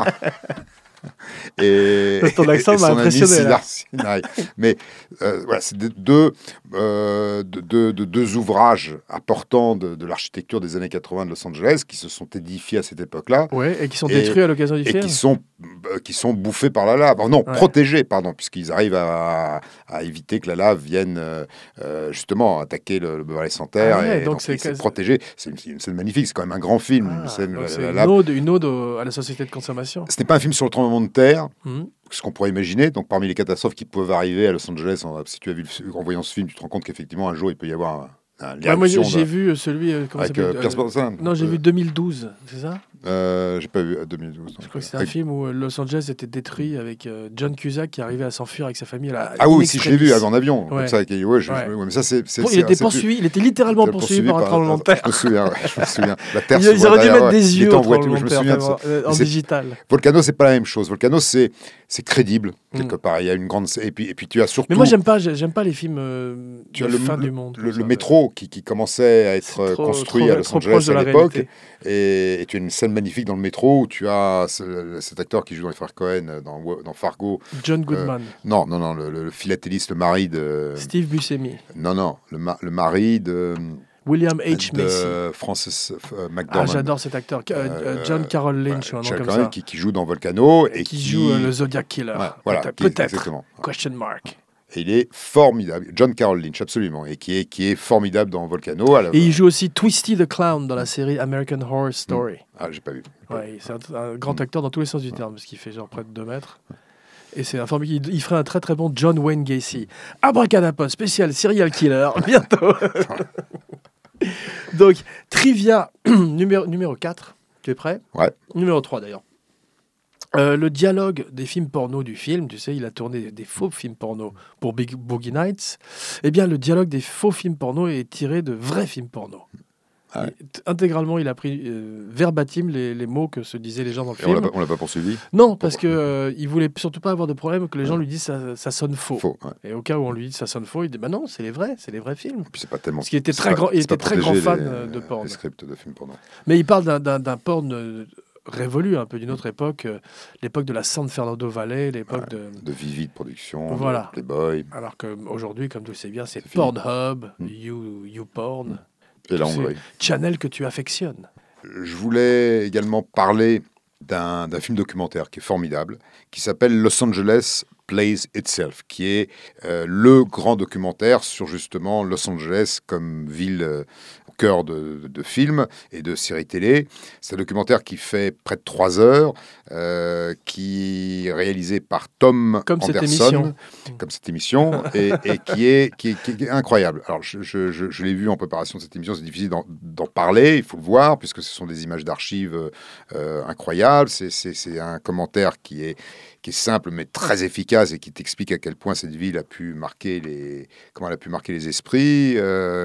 Et ton accent m'a impressionné. Mais voilà, c'est deux ouvrages importants de l'architecture des années 80 de Los Angeles qui se sont édifiés à cette époque-là. Ouais, et qui sont détruits à l'occasion du film. Et qui sont qui sont bouffés par la lave. Non, Ouais. protégés, pardon, puisqu'ils arrivent à éviter que la lave vienne justement attaquer le Valais sans terre. Ah ouais, et donc donc c'est c'est quasi- protégé. C'est une scène magnifique, c'est quand même un grand film. Ah, Une scène, donc la c'est lave. une ode à la société de consommation. Ce n'est pas un film sur le tremblement de terre, Mhm. ce qu'on pourrait imaginer. Donc, parmi les catastrophes qui peuvent arriver à Los Angeles, si tu as vu en voyant ce film, tu te rends compte qu'effectivement, un jour, il peut y avoir Ouais, moi, j'ai vu celui. Comment avec ça s'appelle Pierce Brosnan. Non, j'ai vu 2012, c'est ça? J'ai pas vu 2012. Je crois que c'était un film où Los Angeles était détruit avec John Cusack qui arrivait à s'enfuir avec sa famille. Ah oui, si je l'ai vu en avion. Ouais. Comme ça, mais ça, c'est. Il était poursuivi, il était littéralement poursuivi par un tremblement de terre. Je me souviens, La terre Ils auraient dû mettre des yeux en au voiture. tremblement Je me de terre, souviens de ça. en Mais c'est- digital. Volcano, c'est pas la même chose. Volcano, c'est crédible quelque Mm. part. Il y a une grande. Et puis tu as surtout. Mais moi, j'aime pas les films Tu de as fin du monde. le comme ça. métro qui commençait à C'est être trop- construit trop- à Los trop proche Angeles de à la l'époque. réalité. Et tu as une scène magnifique dans le métro où tu as cet acteur qui joue dans les frères Cohen dans Fargo. John Goodman, Non, le philatéliste, le mari de. Steve Buscemi, Non, le mari de William H. Macy. Francis Ah, McDormand. j'adore cet acteur. John Carroll Lynch, ou un nom Charles comme Cohen, ça. qui joue dans Volcano et Qui joue le Zodiac Killer. Ouais, voilà, Peut-être. exactement. Question mark. Et il est formidable. John Carroll Lynch, absolument. Et qui est formidable dans Volcano. Et il joue aussi Twisty the Clown dans la série American Horror Story. Ah, j'ai pas vu. Ouais, c'est un grand acteur dans tous les sens du terme, parce qu'il fait genre près de 2 mètres. Et c'est un formidable. Il ferait un très très bon John Wayne Gacy. Abracadapod, spécial serial killer, bientôt. Donc, trivia numéro 4. Tu es prêt? Ouais. Numéro 3 d'ailleurs. Le dialogue des films porno du film, tu sais, il a tourné des faux films porno pour Big Boogie Nights. Eh bien, le dialogue des faux films porno est tiré de vrais films porno. Ah ouais. Intégralement, il a pris verbatim les mots que se disaient les gens dans le Et film. on l'a pas poursuivi. Non, parce que il voulait surtout pas avoir de problème que les gens lui disent ça sonne faux. Faux. Ouais. Et au cas où on lui dit ça sonne faux, il dit bah non, c'est les vrais films. Puis c'est pas tellement. Parce qu'il était c'est très pas- grand, il c'est pas était très grand protégé, fan de porn. Les scripts de films porno. Mais il parle d'un porn révolu, un peu d'une autre époque, l'époque de la San Fernando Valley, l'époque De Vivid Production, Voilà. de Playboy. Alors qu'aujourd'hui, comme tu le sais bien, c'est C'est fini. Pornhub, Mm. YouPorn, Et la C'est- Hongrie. channel que tu affectionnes. Je voulais également parler d'un film documentaire qui est formidable, qui s'appelle Los Angeles Plays Itself, qui est le grand documentaire sur justement Los Angeles comme ville au cœur de films et de séries télé. C'est un documentaire qui fait près de 3 heures, qui est réalisé par Tom Comme cette Anderson, émission. comme cette émission, et qui est incroyable. Alors, je l'ai vu en préparation de cette émission, c'est difficile d'en parler, il faut le voir, puisque ce sont des images d'archives incroyables. C'est un commentaire qui est simple, mais très efficace, et qui t'explique à quel point cette ville a pu marquer les esprits,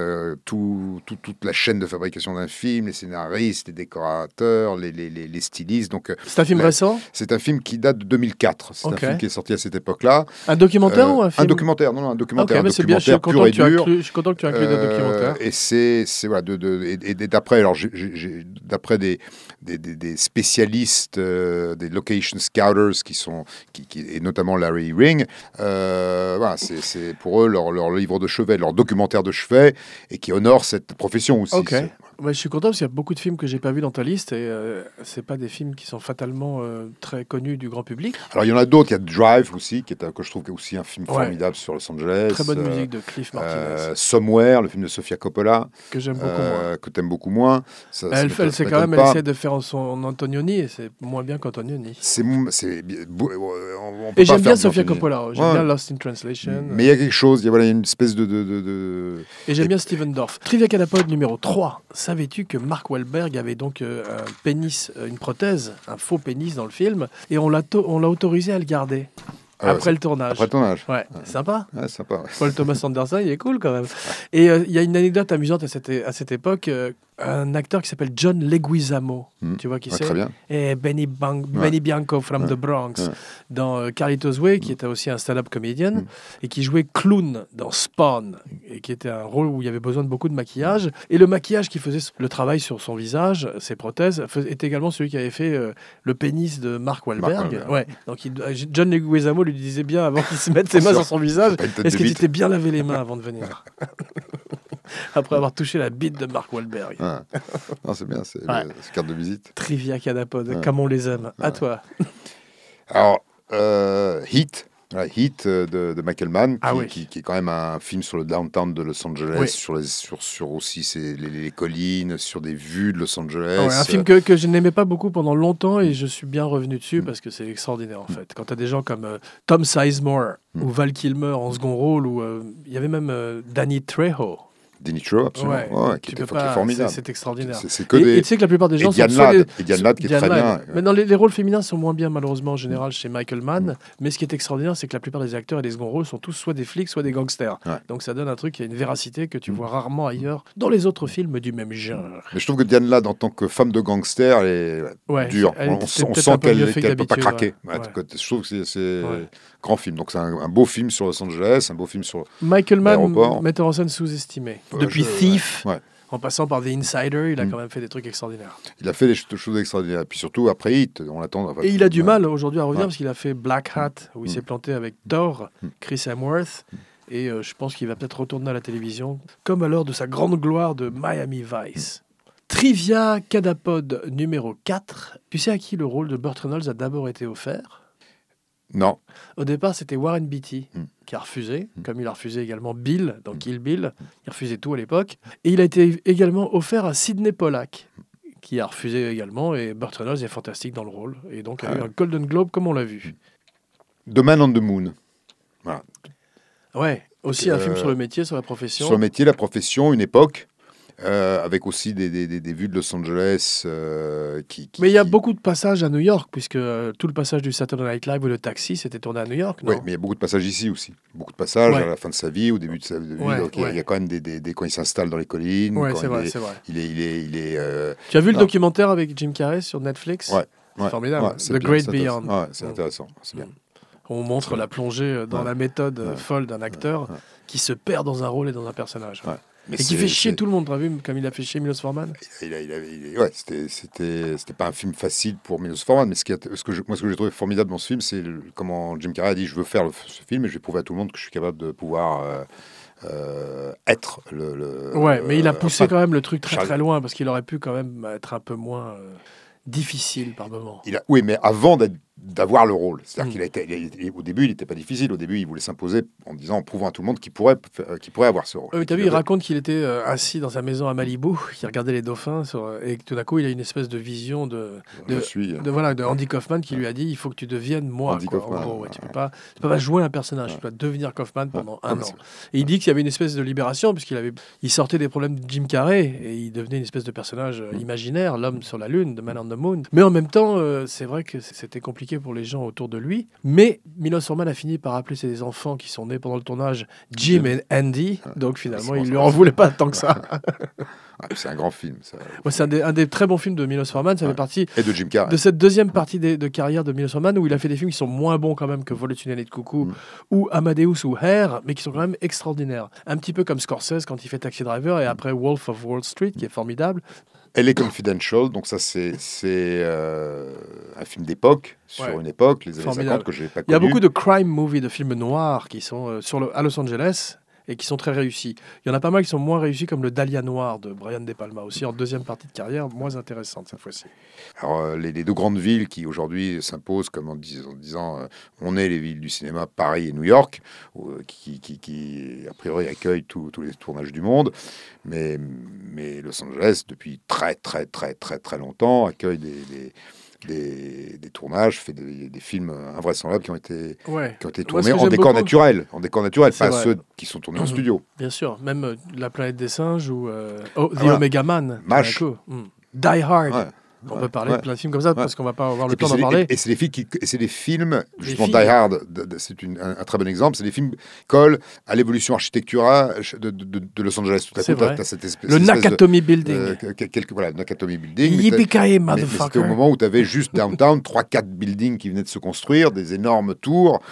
toute la chaîne de fabrication d'un film, les scénaristes, les décorateurs, les stylistes. Donc, C'est un film récent? c'est un film qui date de 2004. C'est Ok. un film qui est sorti à cette époque-là. Un documentaire ou un film? Un documentaire, non, un documentaire. Ok, mais un c'est bien, je suis documentaire content, pur et dur. je suis content que tu inclues des documentaires. Et c'est voilà, et d'après, alors d'après des spécialistes, des location scouters et notamment Larry Ring, voilà, c'est pour eux leur livre de chevet, leur documentaire de chevet, et qui honore cette profession aussi. Ok. Ouais, je suis content parce qu'il y a beaucoup de films que j'ai pas vus dans ta liste et c'est pas des films qui sont fatalement très connus du grand public. Alors il y en a d'autres, il y a Drive aussi, que je trouve aussi un film Ouais. formidable sur Los Angeles. Très bonne musique de Cliff Martinez Somewhere, le film de Sofia Coppola, que j'aime beaucoup moins. que t'aimes beaucoup moins. Ça Elle m'étonne c'est quand même, elle pas. essaie de faire son Antonioni et c'est moins bien qu'Antonioni. on peut Et pas j'aime bien faire Sofia Antonioni. Coppola, j'aime Ouais. bien Lost in Translation. Mais il y a quelque chose, il y a une espèce de... Et j'aime bien Steven Dorff. Trivia Catapult numéro 3. Savais-tu que Mark Wahlberg avait donc un pénis, une prothèse, un faux pénis dans le film, et on l'a autorisé à le garder après le tournage. Après le tournage. Ouais, sympa. Ouais, sympa. Ouais. Paul Thomas Anderson, il est cool quand même. Et il y a une anecdote amusante à cette époque. Un acteur qui s'appelle John Leguizamo, tu vois qui Ouais, c'est? très bien. Et Benny Bianco from the Bronx, dans Carlitos Way, qui était aussi un stand-up comédien, et qui jouait clown dans Spawn, et qui était un rôle où il y avait besoin de beaucoup de maquillage. Et le maquillage qui faisait le travail sur son visage, ses prothèses, est également celui qui avait fait le pénis de Mark Wahlberg. Ouais. Donc John Leguizamo lui disait bien, avant qu'il se mette ses mains sur son visage, est-ce que tu t'es bien lavé les mains avant de venir? Après avoir touché la bite de Mark Wahlberg. Ouais. Non, c'est bien, c'est carte de visite. Trivia Canapod, comme on les aime. À toi. Alors, Heat. Voilà, Heat de Michael Mann, Ah oui. qui est quand même un film sur le downtown de Los Angeles, Oui. sur aussi les collines, sur des vues de Los Angeles. Ah ouais, un film que je n'aimais pas beaucoup pendant longtemps et je suis bien revenu dessus parce que c'est extraordinaire en fait. Quand tu as des gens comme Tom Sizemore ou Val Kilmer en second rôle, ou il y avait même Danny Trejo. Danny Trejo, absolument, qui tu était peux pas, formidable. C'est extraordinaire. C'est que Et tu sais que la plupart des gens et Diane sont soit Ladd, et Diane Ladd qui est Diane très Ladd. bien. Maintenant, les rôles féminins sont moins bien malheureusement en général chez Michael Mann. Mais ce qui est extraordinaire, c'est que la plupart des acteurs et des seconds rôles sont tous soit des flics, soit des gangsters. Ouais. Donc ça donne un truc qui a une véracité que tu vois rarement ailleurs dans les autres films du même genre. Mais je trouve que Diane Ladd, en tant que femme de gangster, elle est dure. On sent qu'elle ne peut pas craquer. Ouais. Je trouve que c'est grand film. Donc c'est un beau film sur Los Angeles, un beau film sur Michael Mann, l'aéroport. metteur en scène sous-estimé. Depuis Thief, en passant par The Insider, il a quand même fait des trucs extraordinaires. Il a fait des choses extraordinaires. Puis surtout, après Heat, on l'attend. Et il a du mal aujourd'hui à revenir parce qu'il a fait Black Hat, où il s'est planté avec Thor, Chris Hemsworth. Et je pense qu'il va peut-être retourner à la télévision, comme à l'heure de sa grande gloire de Miami Vice. Trivia Cadapod numéro 4. Tu sais à qui le rôle de Burt Reynolds a d'abord été offert ? Non. Au départ, c'était Warren Beatty qui a refusé, comme il a refusé également Bill dans Kill Bill. Il refusait tout à l'époque. Et il a été également offert à Sidney Pollack, qui a refusé également. Et Burt Reynolds est fantastique dans le rôle. Et donc, il a eu un Golden Globe, comme on l'a vu. The Man on the Moon. Voilà. Ouais, aussi un film sur le métier, sur la profession. Sur le métier, la profession, une époque. Avec aussi des vues de Los Angeles Mais il y a beaucoup de passages à New York, puisque tout le passage du Saturday Night Live ou le Taxi, c'était tourné à New York, non ? Oui, mais il y a beaucoup de passages ici aussi. Beaucoup de passages à la fin de sa vie, au début de sa vie. Donc il y a quand même quand il s'installe dans les collines. Oui, c'est vrai. Il est Tu as vu le documentaire avec Jim Carrey sur Netflix ? Ouais. Formidable. Ouais, The Great Beyond. Ouais, c'est intéressant. C'est bien. On montre la plongée dans la méthode folle d'un acteur qui se perd dans un rôle et dans un personnage. Ouais. Et qui fait chier tout le monde, t'as vu, comme il a fait chier Milos Forman. C'était pas un film facile pour Milos Forman, mais ce que j'ai trouvé formidable dans ce film, c'est comment Jim Carrey a dit: je veux faire ce film et je vais prouver à tout le monde que je suis capable de pouvoir être le. Ouais, mais il a poussé quand même le truc très très loin parce qu'il aurait pu quand même être un peu moins difficile par moment. Oui, mais avant d'avoir le rôle. C'est-à-dire qu'au début, il n'était pas difficile. Au début, il voulait s'imposer en prouvant à tout le monde qu'il pourrait avoir ce rôle. Oui, tu as vu, il raconte qu'il était assis dans sa maison à Malibu, qu'il regardait les dauphins, et que tout d'un coup, il a une espèce de vision de Andy Kaufman qui lui a dit: il faut que tu deviennes moi. Andy Kaufman, en gros, tu peux pas jouer un personnage, tu dois devenir Kaufman pendant un an. Et il dit qu'il y avait une espèce de libération, puisqu'il sortait des problèmes de Jim Carrey, et il devenait une espèce de personnage imaginaire, l'homme sur la lune, The Man on the Moon. Mais en même temps, c'est vrai que c'était compliqué pour les gens autour de lui. Mais Milos Forman a fini par appeler ses enfants qui sont nés pendant le tournage Jim et Andy. Donc finalement, il lui en voulait pas tant que ça. C'est un grand film. Ça. Ouais, c'est un des très bons films de Milos Forman. Ça fait partie et de Jim Carrey. De cette deuxième partie de carrière de Milos Forman où il a fait des films qui sont moins bons quand même que Vol au-dessus d'un nid de coucou ou Amadeus ou Hair, mais qui sont quand même extraordinaires. Un petit peu comme Scorsese quand il fait Taxi Driver et après Wolf of Wall Street qui est formidable. LA Confidential, donc ça c'est un film d'époque, sur une époque, les années 50 que je n'ai pas connu. Il y a beaucoup de crime movies, de films noirs qui sont à Los Angeles et qui sont très réussis. Il y en a pas mal qui sont moins réussis, comme le Dahlia Noir de Brian De Palma, aussi en deuxième partie de carrière, moins intéressante cette fois-ci. Alors les deux grandes villes qui aujourd'hui s'imposent comme en disant on est les villes du cinéma, Paris et New York, qui a priori accueillent tous les tournages du monde, mais Los Angeles depuis très très très très très longtemps accueille des tournages, fait des films invraisemblables qui ont été tournés en décor naturel, pas ceux qui sont tournés en studio. Bien sûr, même La planète des singes ou The Omega Man. MASH. Die Hard. On peut parler de plein de films comme ça parce qu'on va pas avoir le temps d'en parler. Et c'est des films, justement, Die Hard, c'est un très bon exemple. C'est des films qui collent à l'évolution architecturale de Los Angeles. Tout à coup, t'as cette espèce le Nakatomi Building. Le Nakatomi Building. Yippee-ki-yay, mais c'était au moment où tu avais juste downtown 3-4 buildings qui venaient de se construire, des énormes tours,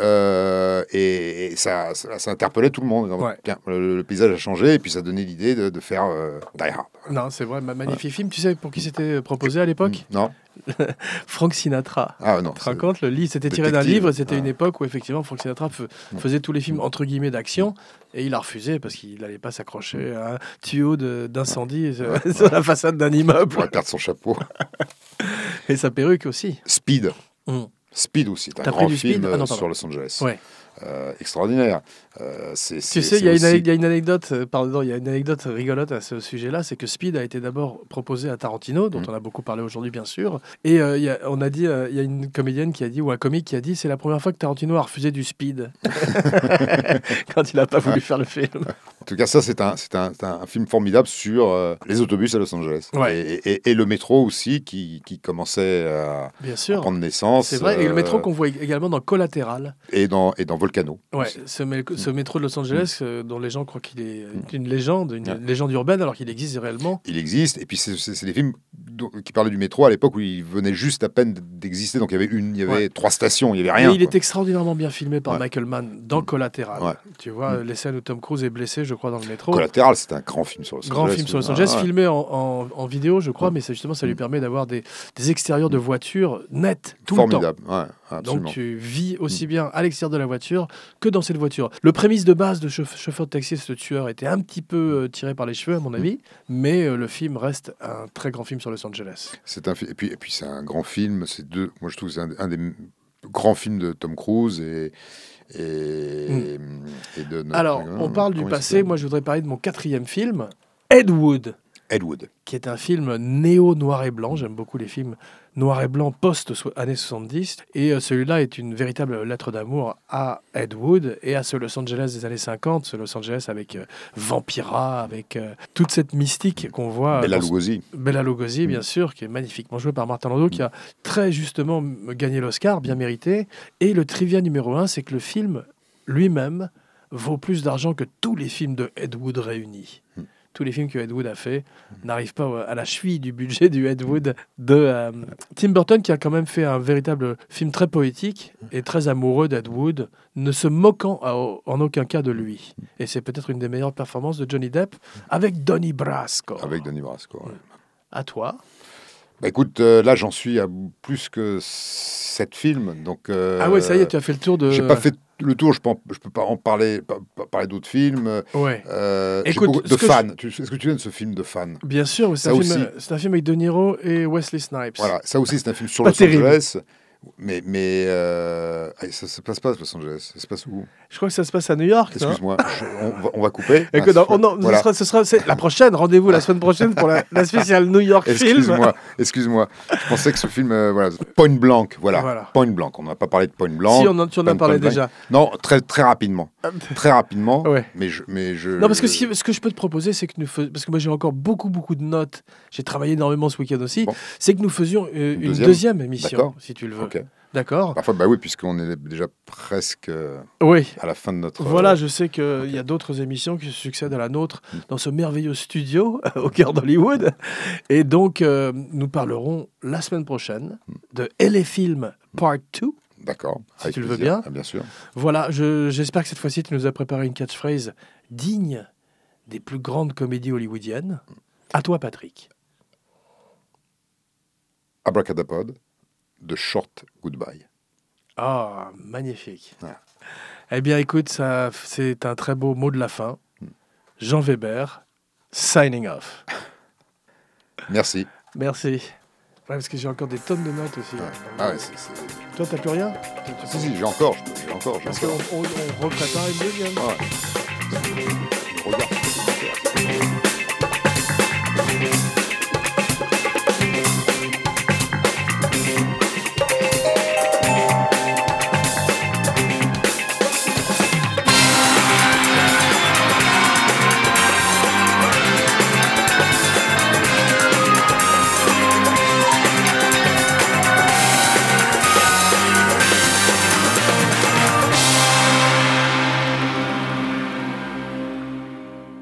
et ça interpellait tout le monde. Donc, tiens, le paysage a changé, et puis ça donnait l'idée de faire Die Hard. Non, c'est vrai, magnifique film. Tu sais pour qui c'était proposé à l'époque ? Non. Frank Sinatra. Ah non. Tu te rends compte, le livre, c'était tiré d'un livre, c'était une époque où effectivement Frank Sinatra faisait tous les films entre guillemets d'action, et il a refusé parce qu'il n'allait pas s'accrocher à un tuyau d'incendie sur la façade d'un immeuble. Pour perdre son chapeau. Et sa perruque aussi. Speed. Speed aussi, c'est un T'as pris grand du Speed film Ah non, sur pardon. Los Angeles. Ouais. Extraordinaire. Tu sais, il y a une anecdote, il y a une anecdote rigolote à ce sujet-là, c'est que Speed a été d'abord proposé à Tarantino, dont on a beaucoup parlé aujourd'hui, bien sûr. Et il y a une comédienne qui a dit, ou un comique qui a dit, c'est la première fois que Tarantino a refusé du Speed quand il n'a pas voulu faire le film. En tout cas, ça, c'est un film formidable sur les autobus à Los Angeles. Ouais. Et le métro aussi, qui commençait à Bien sûr. prendre naissance. C'est vrai, et le métro qu'on voit également dans Collatéral. Et dans Volcano. Ouais, ce métro de Los Angeles, dont les gens croient qu'il est une légende urbaine, alors qu'il existe réellement. Il existe, et puis c'est des films qui parlaient du métro à l'époque où il venait juste à peine d'exister. Donc il y avait 3 stations, il n'y avait rien. Et il est extraordinairement bien filmé par Michael Mann dans Collatéral. Ouais. Tu vois, les scènes où Tom Cruise est blessé, je crois, dans le métro. Collatéral, c'est un grand film sur Los Angeles. Grand film sur Los Angeles, filmé en vidéo, je crois, mais justement, ça lui permet d'avoir des extérieurs de voitures nets tout Formidable. le temps. Ouais, absolument. Donc tu vis aussi bien à l'extérieur de la voiture que dans cette voiture. Le prémisse de base de chauffeur de taxi, ce tueur, était un petit peu tiré par les cheveux, à mon avis, mais le film reste un très grand film sur Los Angeles. Et puis c'est un grand film. Moi, je trouve que c'est un des grands films de Tom Cruise et de notre... Alors, on parle du passé. Moi, je voudrais parler de mon 4e film, Ed Wood. Ed Wood. Qui est un film néo-noir et blanc. J'aime beaucoup les films noir et blanc post-années 70. Et celui-là est une véritable lettre d'amour à Ed Wood et à ce Los Angeles des années 50, ce Los Angeles avec Vampira, avec toute cette mystique qu'on voit. Bela Lugosi. Bela Lugosi, bien sûr, qui est magnifiquement joué par Martin Landau, qui a très justement gagné l'Oscar, bien mérité. Et le trivia numéro 1, c'est que le film lui-même vaut plus d'argent que tous les films de Ed Wood réunis. Tous les films que Ed Wood a fait n'arrivent pas à la cheville du budget du Ed Wood de Tim Burton, qui a quand même fait un véritable film très poétique et très amoureux d'Ed Wood, ne se moquant en aucun cas de lui. Et c'est peut-être une des meilleures performances de Johnny Depp avec Donnie Brasco. Avec Donnie Brasco, ouais. À toi. Bah écoute, là j'en suis à plus que 7 films, donc... Ah ouais, ça y est, tu as fait le tour de... J'ai pas fait le tour, je peux pas en parler, parler d'autres films. Ouais. Écoute, de Fan. Est-ce que tu viens de ce film de Fan? Bien sûr, c'est un film avec De Niro et Wesley Snipes. Voilà, ça aussi c'est un film sur Los Angeles. Mais ça se passe pas à Los Angeles. Ça se passe où? Je crois que ça se passe à New York. Excuse-moi, on va couper. Écoute, voilà. ce sera la prochaine. Rendez-vous la semaine prochaine pour la spéciale New York film. Excuse-moi. Je pensais que ce film, Point Blank, voilà. Point Blank. On n'a pas parlé de Point Blank. Si, tu en as parlé déjà. Non, très rapidement. Très rapidement. Ouais. Mais je. Non, parce que ce que je peux te proposer, c'est que parce que moi j'ai encore beaucoup de notes. J'ai travaillé énormément ce week-end aussi. Bon. C'est que nous faisions une deuxième émission, si tu le veux. Okay. D'accord. Parfois, oui, puisqu'on est déjà presque à la fin de notre... Voilà, je sais qu'il y a d'autres émissions qui succèdent à la nôtre dans ce merveilleux studio au cœur d'Hollywood. Et donc, nous parlerons la semaine prochaine de LA Film Part 2. D'accord. Si tu le veux bien. Ah, bien sûr. Voilà, j'espère que cette fois-ci, tu nous as préparé une catchphrase digne des plus grandes comédies hollywoodiennes. À toi, Patrick. Abracadapod. De Short Goodbye. Ah, magnifique. Ouais. Eh bien, écoute, c'est un très beau mot de la fin. Jean Weber, signing off. Merci. Merci. Ouais, parce que j'ai encore des tonnes de notes aussi. Ouais. Ah ouais, Toi, t'as plus rien? Si, j'ai encore. Parce qu'on reprépare une deuxième. Ouais. Regarde.